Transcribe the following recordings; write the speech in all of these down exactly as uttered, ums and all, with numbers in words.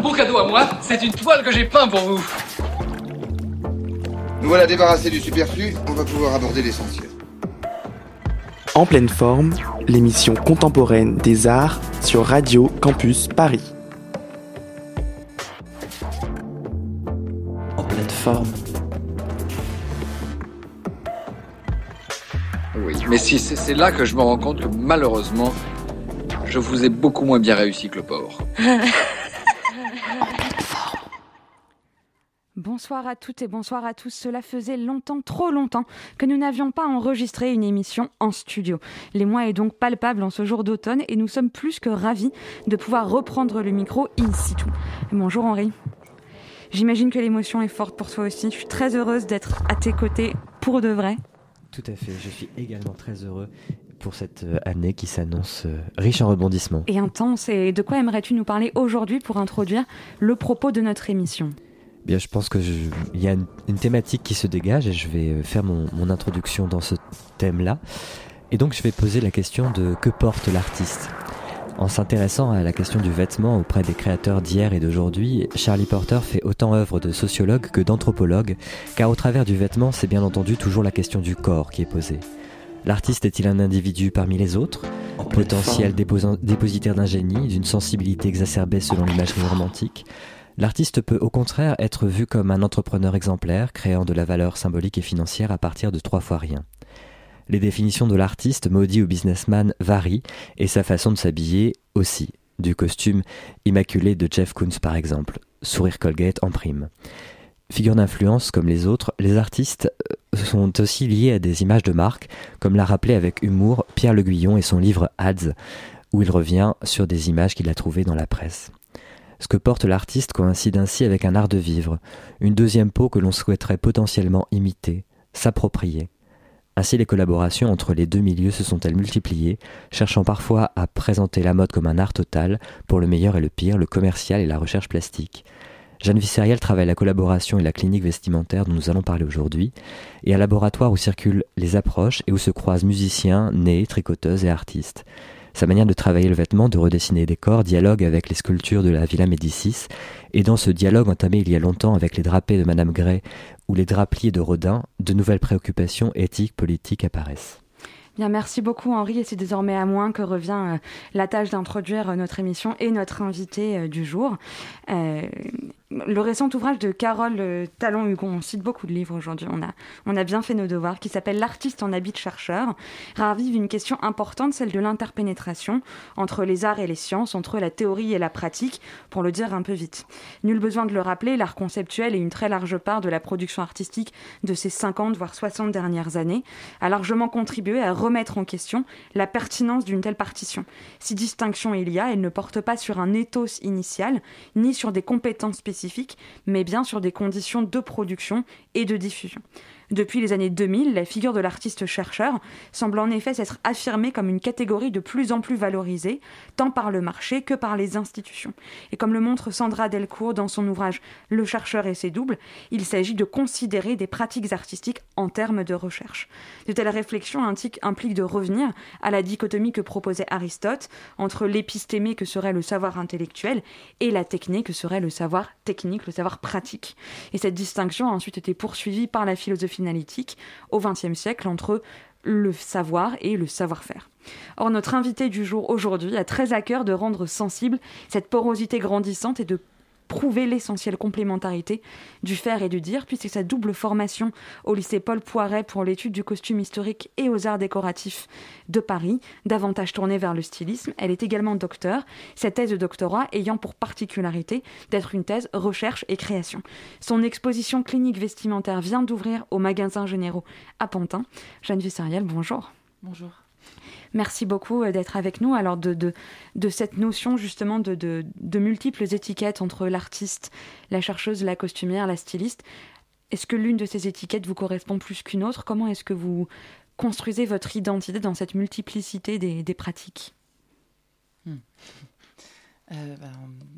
Mon cadeau à moi, c'est une toile que j'ai peint pour vous. Nous voilà débarrassés du superflu, on va pouvoir aborder l'essentiel. En pleine forme, l'émission contemporaine des arts sur Radio Campus Paris. En pleine forme. Oui, mais si, c'est, c'est là que je me rends compte que malheureusement, je vous ai beaucoup moins bien réussi que le porc. Bonsoir à toutes et bonsoir à tous. Cela faisait longtemps, trop longtemps, que nous n'avions pas enregistré une émission en studio. L'émoi est donc palpable en ce jour d'automne et nous sommes plus que ravis de pouvoir reprendre le micro in situ. Bonjour Henri. J'imagine que l'émotion est forte pour toi aussi. Je suis très heureuse d'être à tes côtés pour de vrai. Tout à fait, je suis également très heureux pour cette année qui s'annonce riche en rebondissements. Et intense. Et de quoi aimerais-tu nous parler aujourd'hui pour introduire le propos de notre émission ? Bien, je pense qu'il y a une, une thématique qui se dégage et je vais faire mon, mon introduction dans ce thème-là. Et donc, je vais poser la question de que porte l'artiste ? En s'intéressant à la question du vêtement auprès des créateurs d'hier et d'aujourd'hui, Charlie Porter fait autant œuvre de sociologue que d'anthropologue, car au travers du vêtement, c'est bien entendu toujours la question du corps qui est posée. L'artiste est-il un individu parmi les autres ? Potentiel déposa- dépositaire d'un génie, d'une sensibilité exacerbée selon l'imagerie romantique ? L'artiste peut au contraire être vu comme un entrepreneur exemplaire, créant de la valeur symbolique et financière à partir de trois fois rien. Les définitions de l'artiste maudit ou businessman varient, et sa façon de s'habiller aussi, du costume immaculé de Jeff Koons par exemple, sourire Colgate en prime. Figures d'influence comme les autres, les artistes sont aussi liés à des images de marque, comme l'a rappelé avec humour Pierre Le Guillon et son livre Ads, où il revient sur des images qu'il a trouvées dans la presse. Ce que porte l'artiste coïncide ainsi avec un art de vivre, une deuxième peau que l'on souhaiterait potentiellement imiter, s'approprier. Ainsi, les collaborations entre les deux milieux se sont-elles multipliées, cherchant parfois à présenter la mode comme un art total, pour le meilleur et le pire, le commercial et la recherche plastique. Jeanne Visseriel travaille la collaboration et la clinique vestimentaire dont nous allons parler aujourd'hui, et un laboratoire où circulent les approches et où se croisent musiciens, nés, tricoteuses et artistes. Sa manière de travailler le vêtement, de redessiner des corps, dialogue avec les sculptures de la Villa Médicis, et dans ce dialogue entamé il y a longtemps avec les drapés de Madame Gray ou les drapliers de Rodin, de nouvelles préoccupations éthiques, politiques apparaissent. Bien, merci beaucoup Henri, et c'est désormais à moi que revient euh, la tâche d'introduire euh, notre émission et notre invité euh, du jour. Euh, le récent ouvrage de Carole euh, Talon-Hugon, on cite beaucoup de livres aujourd'hui, on a, on a bien fait nos devoirs, qui s'appelle « L'artiste en habit de chercheur », ravive une question importante, celle de l'interpénétration entre les arts et les sciences, entre la théorie et la pratique, pour le dire un peu vite. Nul besoin de le rappeler, l'art conceptuel est une très large part de la production artistique de ces cinquante voire soixante dernières années, a largement contribué à remettre en question la pertinence d'une telle partition. Si distinction il y a, elle ne porte pas sur un ethos initial, ni sur des compétences spécifiques, mais bien sur des conditions de production et de diffusion. Depuis les années deux mille, la figure de l'artiste-chercheur semble en effet s'être affirmée comme une catégorie de plus en plus valorisée, tant par le marché que par les institutions. Et comme le montre Sandra Delcourt dans son ouvrage « Le chercheur et ses doubles », il s'agit de considérer des pratiques artistiques en termes de recherche. De telles réflexions impliquent de revenir à la dichotomie que proposait Aristote entre l'épistémé que serait le savoir intellectuel et la techné que serait le savoir technique, le savoir pratique. Et cette distinction a ensuite été poursuivie par la philosophie analytique au vingtième siècle entre le savoir et le savoir-faire. Or, notre invité du jour aujourd'hui a très à cœur de rendre sensible cette porosité grandissante et de prouver l'essentielle complémentarité du faire et du dire, puisque sa double formation au lycée Paul Poiret pour l'étude du costume historique et aux arts décoratifs de Paris, davantage tournée vers le stylisme, elle est également docteure, cette thèse de doctorat ayant pour particularité d'être une thèse recherche et création. Son exposition clinique vestimentaire vient d'ouvrir au magasin généraux à Pantin. Jeanne Visseriel, bonjour. Bonjour. Merci beaucoup d'être avec nous. Alors de, de, de cette notion justement de, de, de multiples étiquettes entre l'artiste, la chercheuse, la costumière, la styliste, est-ce que l'une de ces étiquettes vous correspond plus qu'une autre ? Comment est-ce que vous construisez votre identité dans cette multiplicité des, des pratiques ? hmm. euh, ben,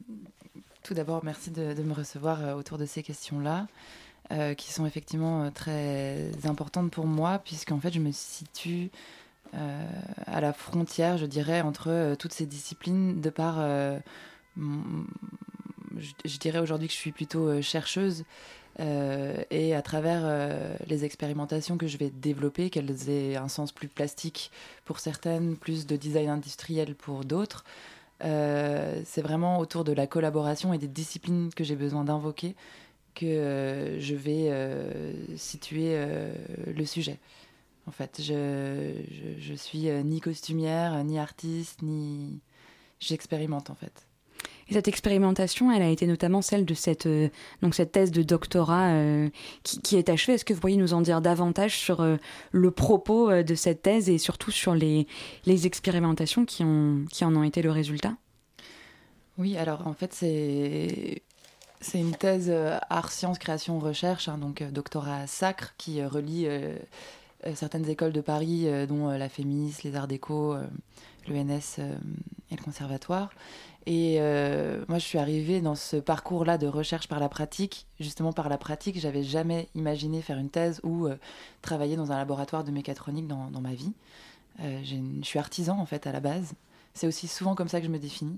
Tout d'abord, merci de, de me recevoir autour de ces questions-là, euh, qui sont effectivement très importantes pour moi, puisqu'en fait je me situe Euh, à la frontière, je dirais, entre euh, toutes ces disciplines, de par, euh, mon, je, je dirais aujourd'hui que je suis plutôt euh, chercheuse. Euh, et à travers euh, les expérimentations que je vais développer, qu'elles aient un sens plus plastique pour certaines, plus de design industriel pour d'autres, euh, c'est vraiment autour de la collaboration et des disciplines que j'ai besoin d'invoquer que euh, je vais euh, situer euh, le sujet. En fait, je, je, je suis euh, ni costumière, ni artiste, ni... J'expérimente, en fait. Et cette expérimentation, elle a été notamment celle de cette, euh, donc cette thèse de doctorat euh, qui, qui est achevée. Est-ce que vous pourriez nous en dire davantage sur euh, le propos euh, de cette thèse et surtout sur les, les expérimentations qui, ont, qui en ont été le résultat ? Oui, alors en fait, c'est, c'est une thèse euh, art, sciences, création, recherche, hein, donc euh, doctorat sacre, qui euh, relie euh, euh, certaines écoles de Paris, euh, dont euh, la Fémis, les Arts Déco, euh, l'E N S euh, et le Conservatoire. Et euh, moi, je suis arrivée dans ce parcours-là de recherche par la pratique. Justement, par la pratique, j'avais jamais imaginé faire une thèse ou euh, travailler dans un laboratoire de mécatronique dans, dans ma vie. Euh, j'ai une... Je suis artisan, en fait, à la base. C'est aussi souvent comme ça que je me définis.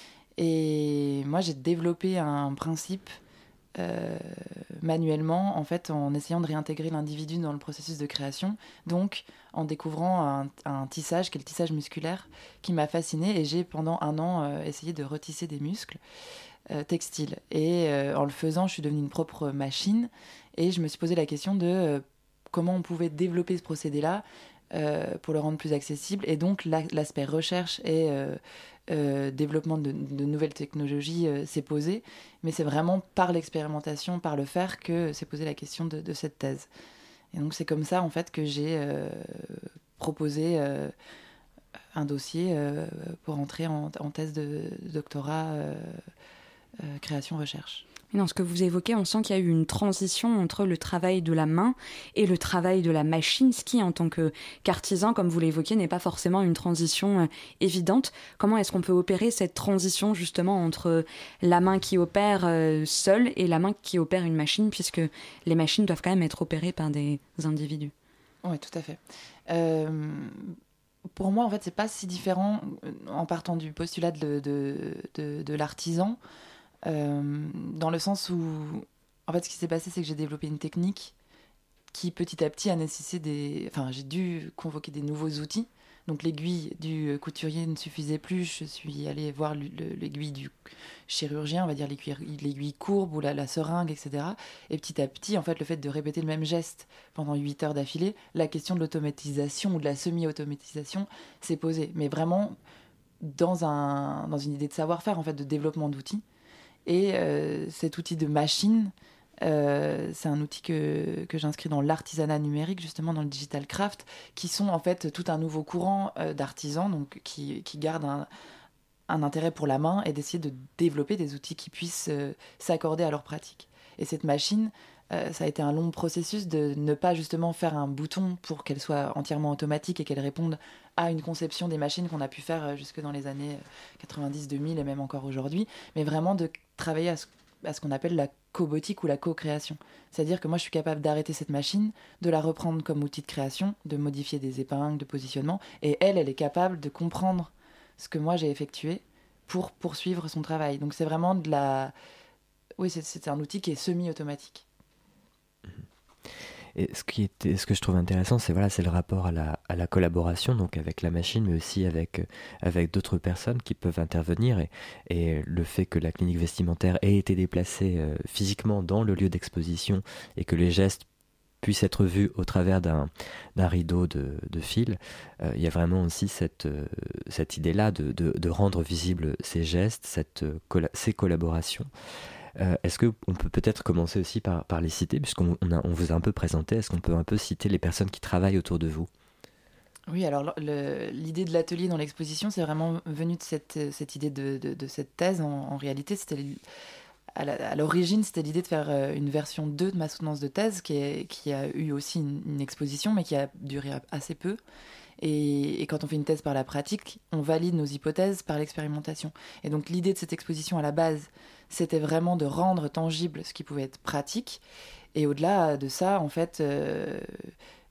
Et moi, j'ai développé un principe euh, manuellement, en fait, en essayant de réintégrer l'individu dans le processus de création. Donc, en découvrant un, un tissage, qui est le tissage musculaire, qui m'a fascinée. Et j'ai, pendant un an, euh, essayé de retisser des muscles euh, textiles. Et euh, en le faisant, je suis devenue une propre machine. Et je me suis posé la question de euh, comment on pouvait développer ce procédé-là euh, pour le rendre plus accessible. Et donc, la, l'aspect recherche et euh, euh, développement de, de nouvelles technologies euh, s'est posé. Mais c'est vraiment par l'expérimentation, par le faire, que s'est posée la question de, de cette thèse. Et donc, c'est comme ça, en fait, que j'ai euh, proposé euh, un dossier euh, pour entrer en, en thèse de, de doctorat euh, euh, création-recherche. Dans ce que vous évoquez, on sent qu'il y a eu une transition entre le travail de la main et le travail de la machine, ce qui, en tant que, qu'artisan, comme vous l'évoquiez, n'est pas forcément une transition euh, évidente. Comment est-ce qu'on peut opérer cette transition, justement, entre la main qui opère euh, seule et la main qui opère une machine, puisque les machines doivent quand même être opérées par des individus ? Oui, tout à fait. Euh, pour moi, en fait, c'est pas si différent en partant du postulat de, de, de, de l'artisan. Euh, dans le sens où, en fait, ce qui s'est passé, c'est que j'ai développé une technique qui, petit à petit, a nécessité des... Enfin, j'ai dû convoquer des nouveaux outils. Donc, l'aiguille du couturier ne suffisait plus. Je suis allée voir le, le, l'aiguille du chirurgien, on va dire l'aiguille, l'aiguille courbe ou la, la seringue, et cetera. Et petit à petit, en fait, le fait de répéter le même geste pendant huit heures d'affilée, la question de l'automatisation ou de la semi-automatisation s'est posée. Mais vraiment, dans, un, dans une idée de savoir-faire, en fait, de développement d'outils. Et euh, cet outil de machine, euh, c'est un outil que, que j'inscris dans l'artisanat numérique, justement dans le digital craft, qui sont en fait tout un nouveau courant euh, d'artisans, donc qui, qui gardent un, un intérêt pour la main et d'essayer de développer des outils qui puissent euh, s'accorder à leur pratique. Et cette machine, euh, ça a été un long processus de ne pas justement faire un bouton pour qu'elle soit entièrement automatique et qu'elle réponde à une conception des machines qu'on a pu faire jusque dans les années quatre-vingt-dix deux mille et même encore aujourd'hui, mais vraiment de travailler à ce, à ce qu'on appelle la cobotique ou la co-création. C'est-à-dire que moi, je suis capable d'arrêter cette machine, de la reprendre comme outil de création, de modifier des épingles, de positionnement, et elle, elle est capable de comprendre ce que moi j'ai effectué pour poursuivre son travail. Donc c'est vraiment de la... Oui, c'est, c'est un outil qui est semi-automatique. Et ce, qui est, ce que je trouve intéressant, c'est, voilà, c'est le rapport à la, à la collaboration, donc avec la machine, mais aussi avec, avec d'autres personnes qui peuvent intervenir. Et, et le fait que la clinique vestimentaire ait été déplacée euh, physiquement dans le lieu d'exposition et que les gestes puissent être vus au travers d'un, d'un rideau de, de fil, euh, il y a vraiment aussi cette, euh, cette idée-là de, de, de rendre visibles ces gestes, cette, colla- ces collaborations. Euh, est-ce qu'on peut peut-être commencer aussi par, par les citer, puisqu'on on a, on vous a un peu présenté, est-ce qu'on peut un peu citer les personnes qui travaillent autour de vous ? Oui, alors le, l'idée de l'atelier dans l'exposition, c'est vraiment venu de cette, cette idée de, de, de cette thèse. En, en réalité, c'était, à, la, à l'origine, c'était l'idée de faire une version deux de ma soutenance de thèse, qui, est, qui a eu aussi une, une exposition, mais qui a duré assez peu. Et, et quand on fait une thèse par la pratique, on valide nos hypothèses par l'expérimentation. Et donc l'idée de cette exposition à la base, c'était vraiment de rendre tangible ce qui pouvait être pratique. Et au-delà de ça, en fait, euh,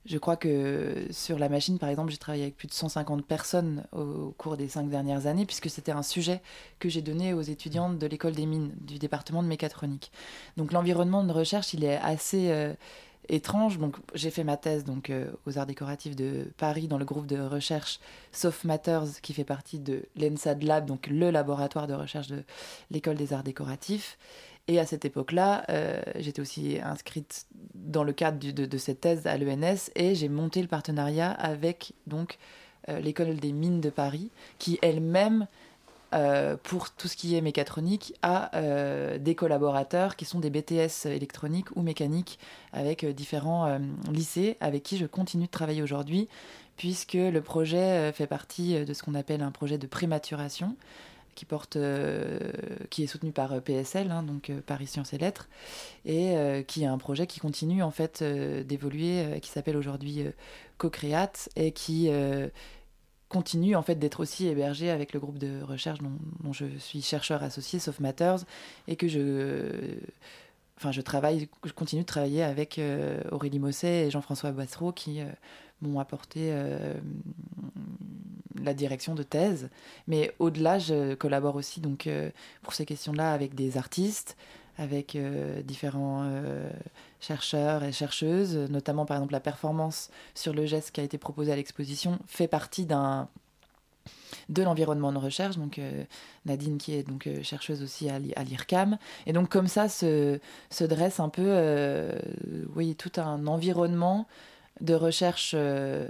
je crois que sur la machine, par exemple, j'ai travaillé avec plus de cent cinquante personnes au, au cours des cinq dernières années, puisque c'était un sujet que j'ai donné aux étudiantes de l'école des mines du département de mécatronique. Donc l'environnement de recherche, il est assez euh, étrange. Donc j'ai fait ma thèse donc, euh, aux Arts décoratifs de Paris dans le groupe de recherche Soft Matters, qui fait partie de l'ENSAD Lab, donc le laboratoire de recherche de l'école des Arts décoratifs. Et à cette époque-là, euh, j'étais aussi inscrite dans le cadre du, de, de cette thèse à l'E N S et j'ai monté le partenariat avec donc, euh, l'école des mines de Paris, qui elle-même, euh, pour tout ce qui est mécatronique, a euh, des collaborateurs qui sont des B T S électroniques ou mécaniques avec euh, différents euh, lycées avec qui je continue de travailler aujourd'hui, puisque le projet euh, fait partie de ce qu'on appelle un projet de prématuration, qui porte, euh, qui est soutenu par P S L, hein, donc euh, Paris Sciences et Lettres, et euh, qui est un projet qui continue en fait euh, d'évoluer, euh, qui s'appelle aujourd'hui euh, Co-Créate, et qui euh, continue en fait d'être aussi hébergé avec le groupe de recherche dont, dont je suis chercheur associé, Soft Matters, et que je, euh, enfin je travaille, je continue de travailler avec euh, Aurélie Mosset et Jean-François Bassereau qui euh, m'ont apporté euh, la direction de thèse. Mais au-delà, je collabore aussi donc, euh, pour ces questions-là avec des artistes, avec euh, différents euh, chercheurs et chercheuses, notamment par exemple la performance sur le geste qui a été proposée à l'exposition fait partie d'un, de l'environnement de recherche, donc euh, Nadine qui est donc euh, chercheuse aussi à, à l'I R C A M. Et donc comme ça se, se dresse un peu euh, oui, tout un environnement de recherche euh,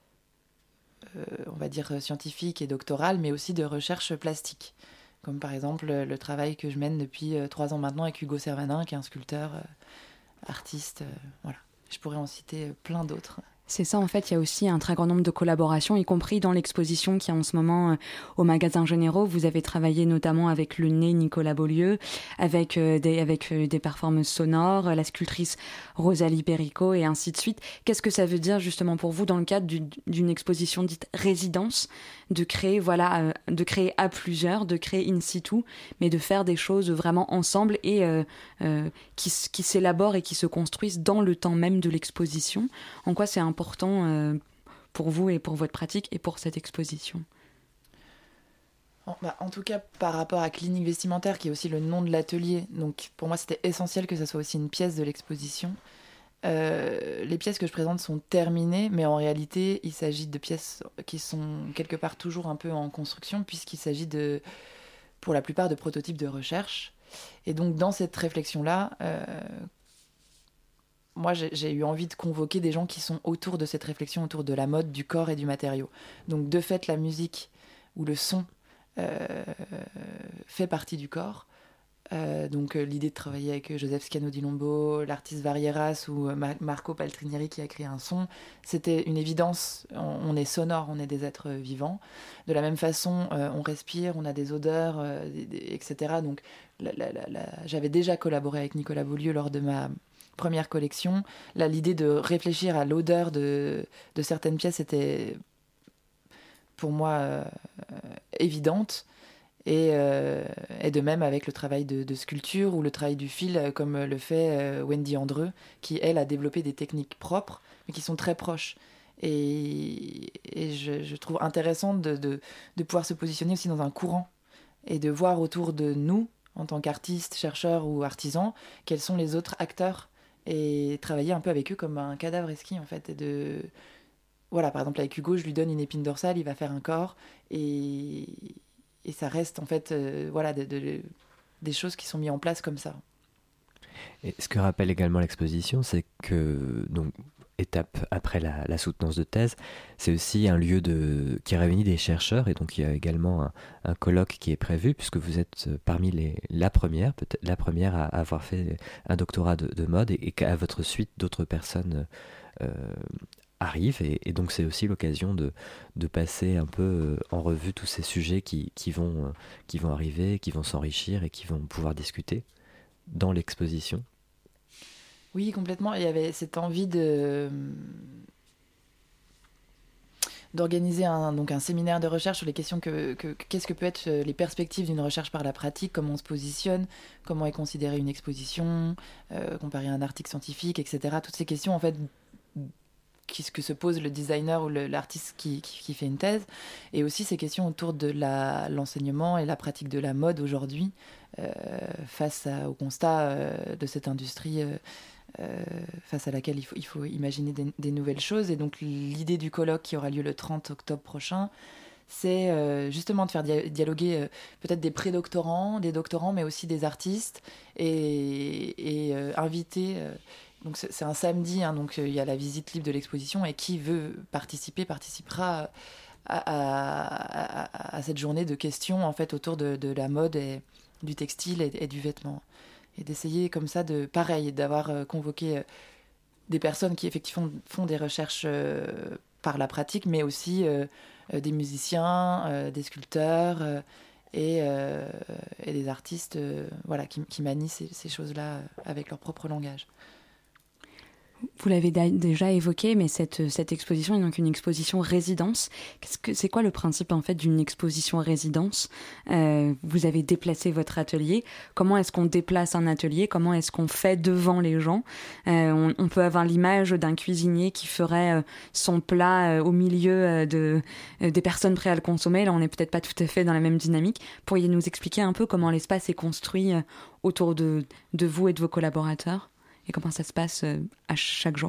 euh, on va dire scientifique et doctorale, mais aussi de recherche plastique, comme par exemple le travail que je mène depuis euh, trois ans maintenant avec Hugo Servanin, qui est un sculpteur, euh, artiste, euh, voilà. Je pourrais en citer plein d'autres. C'est ça, en fait, il y a aussi un très grand nombre de collaborations, y compris dans l'exposition qui est en ce moment euh, au Magasin Généraux. Vous avez travaillé notamment avec le nez Nicolas Beaulieu, avec, euh, des, avec euh, des performances sonores, euh, la sculptrice Rosalie Perico et ainsi de suite. Qu'est-ce que ça veut dire justement pour vous dans le cadre du, d'une exposition dite résidence, de créer, voilà, euh, de créer à plusieurs, de créer in situ, mais de faire des choses vraiment ensemble et euh, euh, qui, qui s'élaborent et qui se construisent dans le temps même de l'exposition. En quoi c'est important important euh, pour vous et pour votre pratique et pour cette exposition? En, bah, en tout cas, par rapport à Clinique Vestimentaire, qui est aussi le nom de l'atelier, donc pour moi c'était essentiel que ça soit aussi une pièce de l'exposition. Euh, les pièces que je présente sont terminées, mais en réalité, il s'agit de pièces qui sont quelque part toujours un peu en construction, puisqu'il s'agit de, pour la plupart, de prototypes de recherche. Et donc dans cette réflexion-là, euh, moi, j'ai, j'ai eu envie de convoquer des gens qui sont autour de cette réflexion, autour de la mode, du corps et du matériau. Donc, de fait, la musique ou le son euh, fait partie du corps. Euh, donc, euh, l'idée de travailler avec Joseph Scano di Lombo, l'artiste Varieras ou euh, Marco Paltrinieri qui a créé un son, c'était une évidence. On, on est sonore, on est des êtres vivants. De la même façon, euh, on respire, on a des odeurs, euh, des, des, et cetera. Donc, la, la, la, la... j'avais déjà collaboré avec Nicolas Beaulieu lors de ma première collection. Là, l'idée de réfléchir à l'odeur de, de certaines pièces était pour moi euh, évidente. Et, euh, et de même avec le travail de, de sculpture ou le travail du fil, comme le fait euh, Wendy Andreu, qui, elle, a développé des techniques propres, mais qui sont très proches. Et, et je, je trouve intéressant de, de, de pouvoir se positionner aussi dans un courant et de voir autour de nous, en tant qu'artistes, chercheurs ou artisans, quels sont les autres acteurs et travailler un peu avec eux comme un cadavre esquis, en fait. Et de... Voilà, par exemple, avec Hugo, je lui donne une épine dorsale, il va faire un corps, et, et ça reste, en fait, euh, voilà, de, de, des choses qui sont mises en place comme ça. Et ce que rappelle également l'exposition, c'est que, donc, étape après la, la soutenance de thèse, c'est aussi un lieu de, qui réunit des chercheurs, et donc il y a également un, un colloque qui est prévu, puisque vous êtes parmi les, la première, peut-être la première à avoir fait un doctorat de, de mode, et, et qu'à votre suite, d'autres personnes euh, arrivent, et, et donc c'est aussi l'occasion de, de passer un peu en revue tous ces sujets qui, qui, vont, qui vont arriver, qui vont s'enrichir, et qui vont pouvoir discuter dans l'exposition. Oui, complètement. Il y avait cette envie de d'organiser un, donc un séminaire de recherche sur les questions que, que, que qu'est-ce que peut être les perspectives d'une recherche par la pratique, comment on se positionne, comment est considérée une exposition, euh, comparer à un article scientifique, et cetera. Toutes ces questions, en fait, qui, que se pose le designer ou le, l'artiste qui, qui, qui fait une thèse, et aussi ces questions autour de la, l'enseignement et la pratique de la mode aujourd'hui, euh, face à, au constat euh, de cette industrie euh, euh, face à laquelle il faut, il faut imaginer des, des nouvelles choses. Et donc l'idée du colloque qui aura lieu le trente octobre prochain, c'est euh, justement de faire dia- dialoguer euh, peut-être des prédoctorants, des doctorants, mais aussi des artistes, et, et euh, inviter... Euh, donc c'est, c'est un samedi, hein, donc il euh, y a la visite libre de l'exposition, et qui veut participer, participera à, à, à, à cette journée de questions en fait, autour de, de la mode, et du textile et, et du vêtement. Et d'essayer comme ça, de pareil, d'avoir euh, convoqué euh, des personnes qui effectivement font des recherches euh, par la pratique, mais aussi... Euh, des musiciens, euh, des sculpteurs euh, et, euh, et des artistes euh, voilà, qui, qui manient ces, ces choses-là avec leur propre langage. Vous l'avez da- déjà évoqué, mais cette, cette exposition est donc une exposition résidence. Qu'est-ce que, c'est quoi le principe en fait d'une exposition résidence ? euh, Vous avez déplacé votre atelier. Comment est-ce qu'on déplace un atelier ? Comment est-ce qu'on fait devant les gens ? euh, on, on peut avoir l'image d'un cuisinier qui ferait euh, son plat euh, au milieu euh, de, euh, des personnes prêtes à le consommer. Là, on n'est peut-être pas tout à fait dans la même dynamique. Pourriez nous expliquer un peu comment l'espace est construit euh, autour de, de vous et de vos collaborateurs ? Et comment ça se passe euh, à chaque jour ?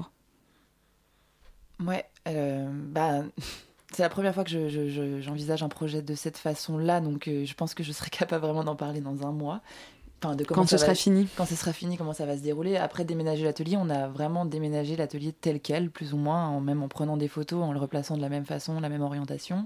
Ouais, euh, bah, c'est la première fois que je, je, je, j'envisage un projet de cette façon-là, donc euh, je pense que je serai capable vraiment d'en parler dans un mois. Enfin, de comment quand ce va, sera fini Quand ce sera fini, comment ça va se dérouler. Après déménager l'atelier, on a vraiment déménagé l'atelier tel quel, plus ou moins, en, même en prenant des photos, en le replaçant de la même façon, la même orientation.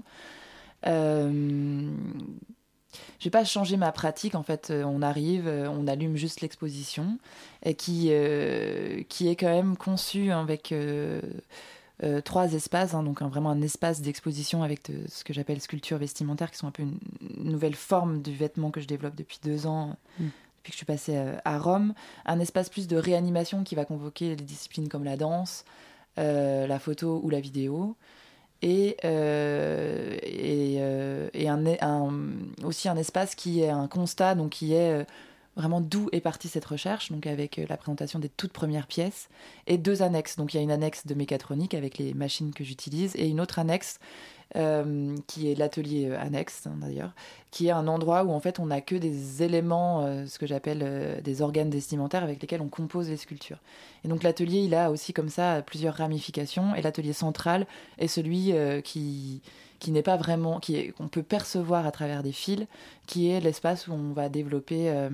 Euh... Je vais pas changer ma pratique, en fait. On arrive, on allume juste l'exposition, et qui, euh, qui est quand même conçue avec euh, euh, trois espaces, hein, donc un, vraiment un espace d'exposition avec de, ce que j'appelle sculptures vestimentaires, qui sont un peu une, une nouvelle forme du vêtement que je développe depuis deux ans, mm. depuis que je suis passée à, à Rome. Un espace plus de réanimation qui va convoquer des disciplines comme la danse, euh, la photo ou la vidéo. Et, euh, et, euh, et un, un, aussi un espace qui est un constat, donc qui est euh, vraiment d'où est partie cette recherche, donc avec euh, la présentation des toutes premières pièces, et deux annexes. Donc il y a une annexe de mécatronique avec les machines que j'utilise, et une autre annexe euh, qui est l'atelier euh, annexe, hein, d'ailleurs, qui est un endroit où en fait on n'a que des éléments, euh, ce que j'appelle euh, des organes vestimentaires avec lesquels on compose les sculptures. Et donc l'atelier, il a aussi comme ça plusieurs ramifications, et l'atelier central est celui euh, qui, qui n'est pas vraiment, qui est, qu'on peut percevoir à travers des fils, qui est l'espace où on va développer euh,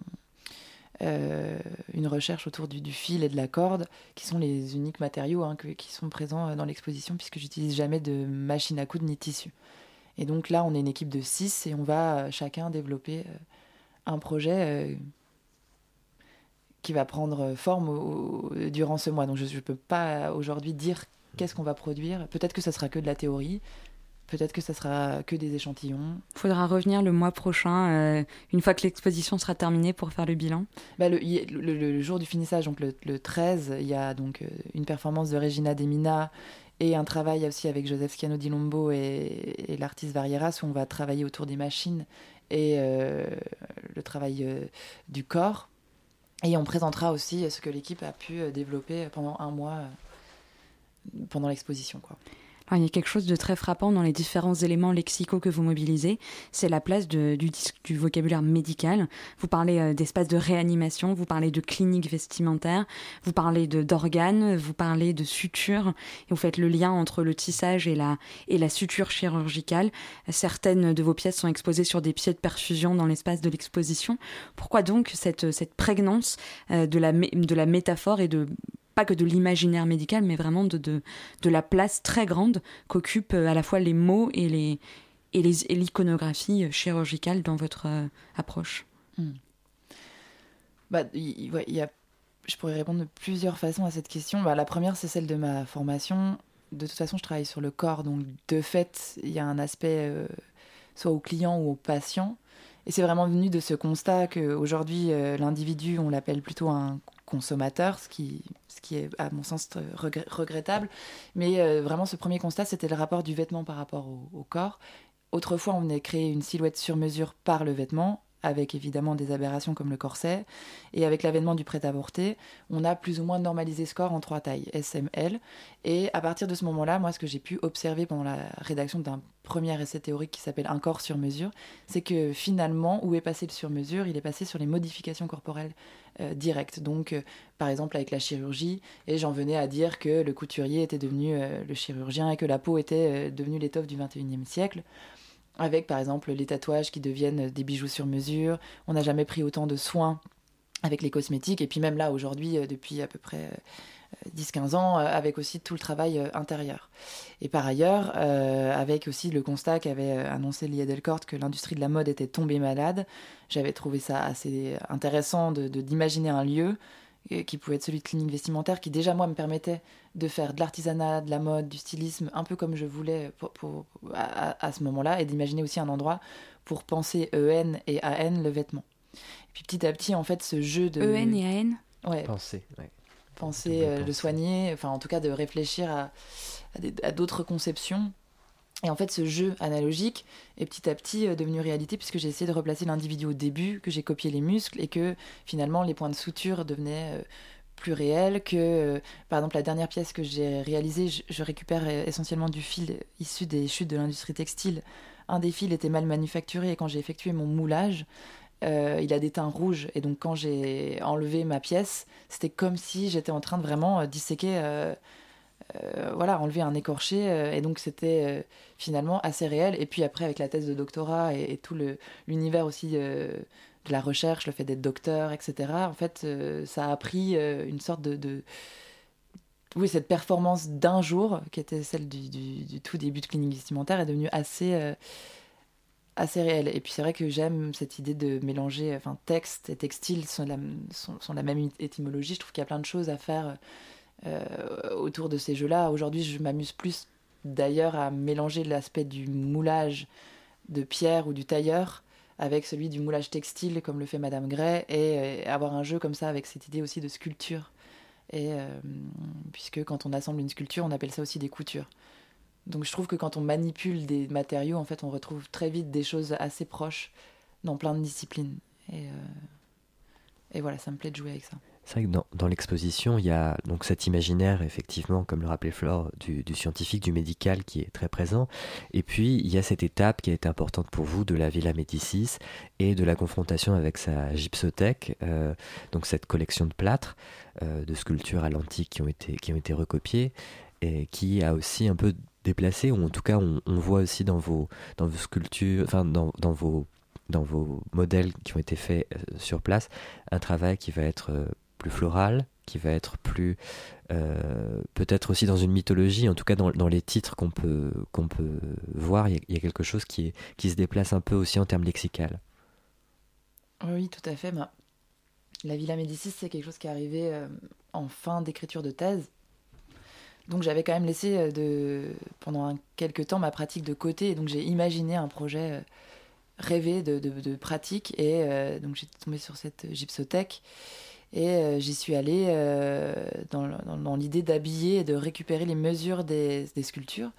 euh, une recherche autour du, du fil et de la corde, qui sont les uniques matériaux hein, que, qui sont présents dans l'exposition, puisque j'utilise jamais de machine à coudre ni tissu. Et donc là, on est une équipe de six, et on va chacun développer euh, un projet euh, qui va prendre forme au, au, durant ce mois. Donc je ne peux pas aujourd'hui dire qu'est-ce qu'on va produire. Peut-être que ça sera que de la théorie, peut-être que ça sera que des échantillons. Il faudra revenir le mois prochain, euh, une fois que l'exposition sera terminée, pour faire le bilan. Bah, le, le, le, le jour du finissage, donc le, le treize, il y a donc une performance de Regina Demina et un travail aussi avec Joseph Schiano di Lombo et, et l'artiste Varieras, où on va travailler autour des machines et euh, le travail euh, du corps. Et on présentera aussi ce que l'équipe a pu développer pendant un mois pendant l'exposition, quoi. Alors, il y a quelque chose de très frappant dans les différents éléments lexicaux que vous mobilisez, c'est la place de, du, du vocabulaire médical. Vous parlez euh, d'espace de réanimation, vous parlez de clinique vestimentaire, vous parlez de, d'organes, vous parlez de suture, et vous faites le lien entre le tissage et la, et la suture chirurgicale. Certaines de vos pièces sont exposées sur des pieds de perfusion dans l'espace de l'exposition. Pourquoi donc cette, cette prégnance euh, de, la, de la métaphore et de... pas que de l'imaginaire médical, mais vraiment de, de, de la place très grande qu'occupent à la fois les mots et, les, et, les, et l'iconographie chirurgicale dans votre euh, approche. Mmh. Bah, y, ouais, y a, je pourrais répondre de plusieurs façons à cette question. Bah, la première, c'est celle de ma formation. De toute façon, je travaille sur le corps, donc de fait, il y a un aspect euh, soit au client ou au patient. Et c'est vraiment venu de ce constat qu'aujourd'hui, euh, l'individu, on l'appelle plutôt un consommateur, ce qui, ce qui est à mon sens regr- regrettable. Mais euh, vraiment, ce premier constat, c'était le rapport du vêtement par rapport au, au corps. Autrefois, on venait créer une silhouette sur mesure par le vêtement. avec évidemment des aberrations comme le corset. Et avec l'avènement du prêt-à-porter, on a plus ou moins normalisé ce corps en trois tailles, S, M, L. Et à partir de ce moment-là, moi, ce que j'ai pu observer pendant la rédaction d'un premier essai théorique qui s'appelle « Un corps sur mesure », c'est que finalement, où est passé le sur-mesure ? Il est passé sur les modifications corporelles euh, directes. Donc, euh, par exemple, avec la chirurgie, et j'en venais à dire que le couturier était devenu euh, le chirurgien et que la peau était euh, devenue l'étoffe du vingt et unième siècle. Avec, par exemple, les tatouages qui deviennent des bijoux sur mesure. On n'a jamais pris autant de soins avec les cosmétiques. Et puis même là, aujourd'hui, euh, depuis à peu près euh, dix à quinze ans, euh, avec aussi tout le travail euh, intérieur. Et par ailleurs, euh, avec aussi le constat qu'avait euh, annoncé Lia Delcorte que l'industrie de la mode était tombée malade, j'avais trouvé ça assez intéressant de, de, d'imaginer un lieu qui pouvait être celui de clinique vestimentaire, qui déjà, moi, me permettait de faire de l'artisanat, de la mode, du stylisme, un peu comme je voulais pour, pour, à, à ce moment-là, et d'imaginer aussi un endroit pour penser E N et A N, le vêtement. Et puis petit à petit, en fait, ce jeu de... E N et A N Ouais. Penser, ouais. Penser, euh, de soigner, enfin, en tout cas, de réfléchir à, à, des, à d'autres conceptions. Et en fait, ce jeu analogique est petit à petit euh, devenu réalité, puisque j'ai essayé de replacer l'individu au début, que j'ai copié les muscles, et que finalement, les points de suture devenaient euh, plus réels, que, euh, par exemple, la dernière pièce que j'ai réalisée, je, je récupère euh, essentiellement du fil issu des chutes de l'industrie textile. Un des fils était mal manufacturé, et quand j'ai effectué mon moulage, euh, il a des teints rouges. Et donc, quand j'ai enlevé ma pièce, c'était comme si j'étais en train de vraiment euh, disséquer... Euh, Euh, voilà, enlever un écorché, euh, et donc c'était euh, finalement assez réel. Et puis après, avec la thèse de doctorat et, et tout le, l'univers aussi euh, de la recherche, le fait d'être docteur, et cetera, en fait, euh, ça a pris euh, une sorte de, de... Oui, cette performance d'un jour, qui était celle du, du, du tout début de clinique vestimentaire, est devenue assez, euh, assez réelle. Et puis c'est vrai que j'aime cette idée de mélanger, enfin, texte et textile sont la, sont, sont la même étymologie. Je trouve qu'il y a plein de choses à faire Euh, autour de ces jeux-là. Aujourd'hui, je m'amuse plus d'ailleurs à mélanger l'aspect du moulage de pierre ou du tailleur avec celui du moulage textile, comme le fait Madame Gray, et, et avoir un jeu comme ça avec cette idée aussi de sculpture. Et, euh, puisque quand on assemble une sculpture, on appelle ça aussi des coutures. Donc je trouve que quand on manipule des matériaux, en fait, on retrouve très vite des choses assez proches dans plein de disciplines. Et, euh, et voilà, ça me plaît de jouer avec ça. C'est vrai que dans, dans l'exposition, il y a donc cet imaginaire, effectivement, comme le rappelait Flore, du, du scientifique, du médical qui est très présent. Et puis, il y a cette étape qui a été importante pour vous de la Villa Médicis et de la confrontation avec sa gypsothèque, euh, donc cette collection de plâtres, euh, de sculptures à l'antique qui ont été, qui ont été recopiées, et qui a aussi un peu déplacé, ou en tout cas, on, on voit aussi dans vos, dans vos sculptures, enfin, dans, dans vos dans vos modèles qui ont été faits euh, sur place, un travail qui va être euh, plus floral, qui va être plus euh, peut-être aussi dans une mythologie, en tout cas dans, dans les titres qu'on peut, qu'on peut voir, il y, y a quelque chose qui, est, qui se déplace un peu aussi en termes lexicales. Oui, tout à fait. Ben, la Villa Médicis, c'est quelque chose qui est arrivé euh, en fin d'écriture de thèse. Donc j'avais quand même laissé euh, de, pendant un, quelques temps ma pratique de côté, et donc j'ai imaginé un projet euh, rêvé de, de, de pratique, et euh, donc j'ai tombé sur cette gypsothèque. Et euh, j'y suis allée euh, dans, dans, dans l'idée d'habiller et de récupérer les mesures des, des sculptures.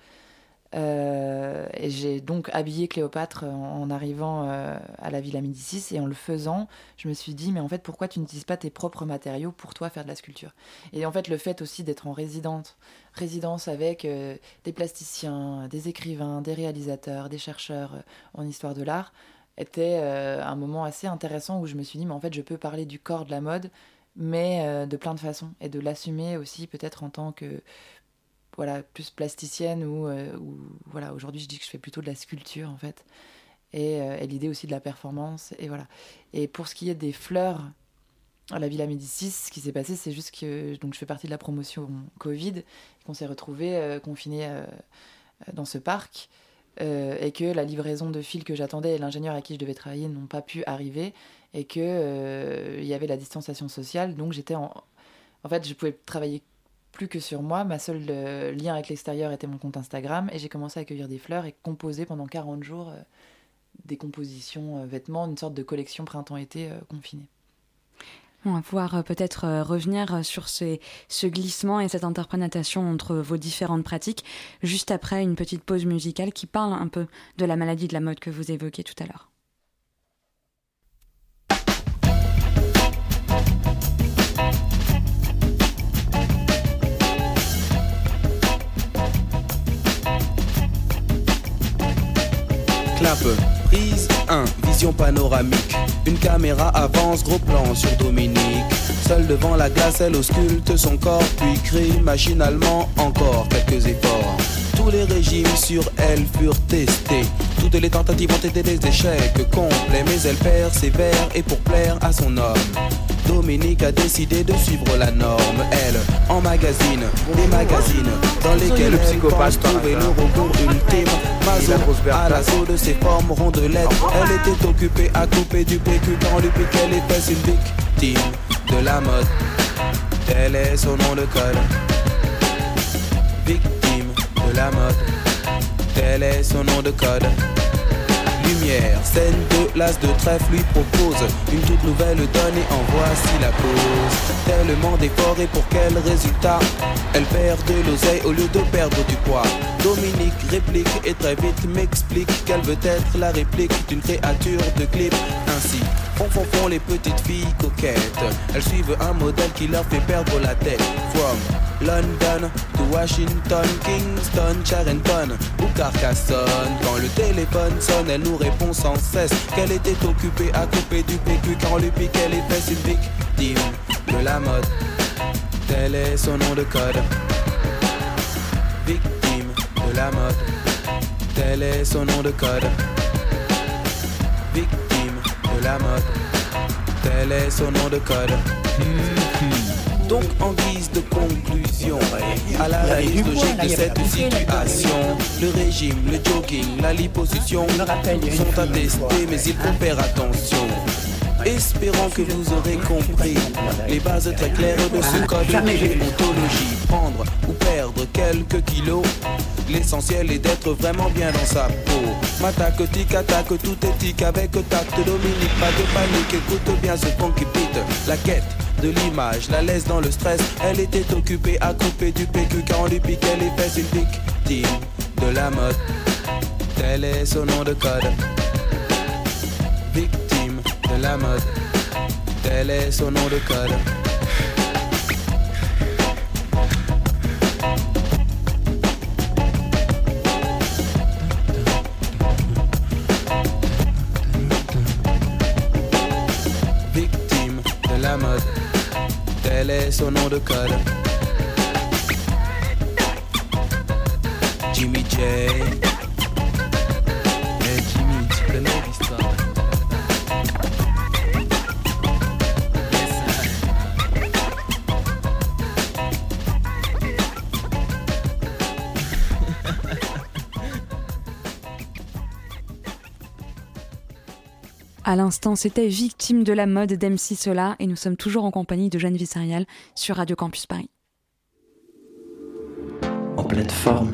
Euh, et j'ai donc habillé Cléopâtre en, en arrivant euh, à la Villa Médicis. Et en le faisant, je me suis dit, mais en fait, pourquoi tu n'utilises pas tes propres matériaux pour toi faire de la sculpture ? Et en fait, le fait aussi d'être en résidence, résidence avec euh, des plasticiens, des écrivains, des réalisateurs, des chercheurs euh, en histoire de l'art, était euh, un moment assez intéressant où je me suis dit, mais en fait, je peux parler du corps de la mode, mais euh, de plein de façons, et de l'assumer aussi peut-être en tant que, voilà, plus plasticienne, ou, euh, ou voilà, aujourd'hui, je dis que je fais plutôt de la sculpture, en fait, et, euh, et l'idée aussi de la performance, et voilà. Et pour ce qui est des fleurs à la Villa Médicis, ce qui s'est passé, c'est juste que donc, je fais partie de la promotion Covid, et qu'on s'est retrouvés euh, confinés euh, dans ce parc, Euh, et que la livraison de fils que j'attendais et l'ingénieur à qui je devais travailler n'ont pas pu arriver, et que euh, il y avait la distanciation sociale, donc j'étais en en fait je pouvais travailler plus que sur moi. Ma seule euh, lien avec l'extérieur était mon compte Instagram, et j'ai commencé à accueillir des fleurs et composer pendant quarante jours euh, des compositions euh, vêtements, une sorte de collection printemps-été euh, confinée. On va pouvoir peut-être revenir sur ces, ce glissement et cette interprétation entre vos différentes pratiques, juste après une petite pause musicale qui parle un peu de la maladie de la mode que vous évoquiez tout à l'heure. vision panoramique. Une caméra avance, gros plan sur Dominique. Seule devant la glace, elle ausculte son corps, puis crie machinalement encore quelques efforts. Tous les régimes sur elle furent testés. Toutes les tentatives ont été des échecs complets, mais elle persévère et pour plaire à son homme, Dominique a décidé de suivre la norme. Elle emmagasine des magazines dans lesquels elle pense trouver le recours ultime. Mazo à l'assaut de ses formes rondelettes. Elle était occupée à couper du P Q quand on lui piquait les fesses. Une victime de la mode, tel est son nom de code. Victime de la mode, tel est son nom de code. Lumière, scène de l'as de trèfle lui propose une toute nouvelle donne et en voici la cause. Tellement d'efforts et pour quel résultat? Elle perd de l'oseille au lieu de perdre du poids. Dominique réplique et très vite m'explique qu'elle veut être la réplique d'une créature de clip. Ainsi, font font font les petites filles coquettes. Elles suivent un modèle qui leur fait perdre la tête. From London to Washington, Kingston, Charenton ou Carcassonne. Quand le téléphone sonne, elle nous répond sans cesse qu'elle était occupée à couper du P Q quand on lui piquait les fesses. Une victime de la mode, tel est son nom de code. Victime de la mode, tel est son nom de code. Victime de la mode, tel est son nom de code. Mm-hmm. Donc en guise de conclusion à la raison logique de cette situation, le régime, le jogging, la liposuction sont à tester, mais il faut faire attention. Espérons que vous aurez compris les bases très claires de ce code de déontologie. Prendre ou perdre quelques kilos, l'essentiel est d'être vraiment bien dans sa peau. M'attaque, tic, attaque, tout éthique avec tact. Dominique, pas de panique, écoute bien ce funky beat. La quête de l'image, la laisse dans le stress. Elle était occupée à couper du P Q quand on lui piquait les fesses. Une victime de la mode, tel est son nom de code. Victime de la mode, tel est son nom de code. Victime de la mode, tel est son nom de code. Jimmy J. Hey Jimmy, tu connais l'histoire? À l'instant, c'était Victime de la mode d'M C Solar et nous sommes toujours en compagnie de Jeanne Vissarial sur Radio Campus Paris. En pleine forme.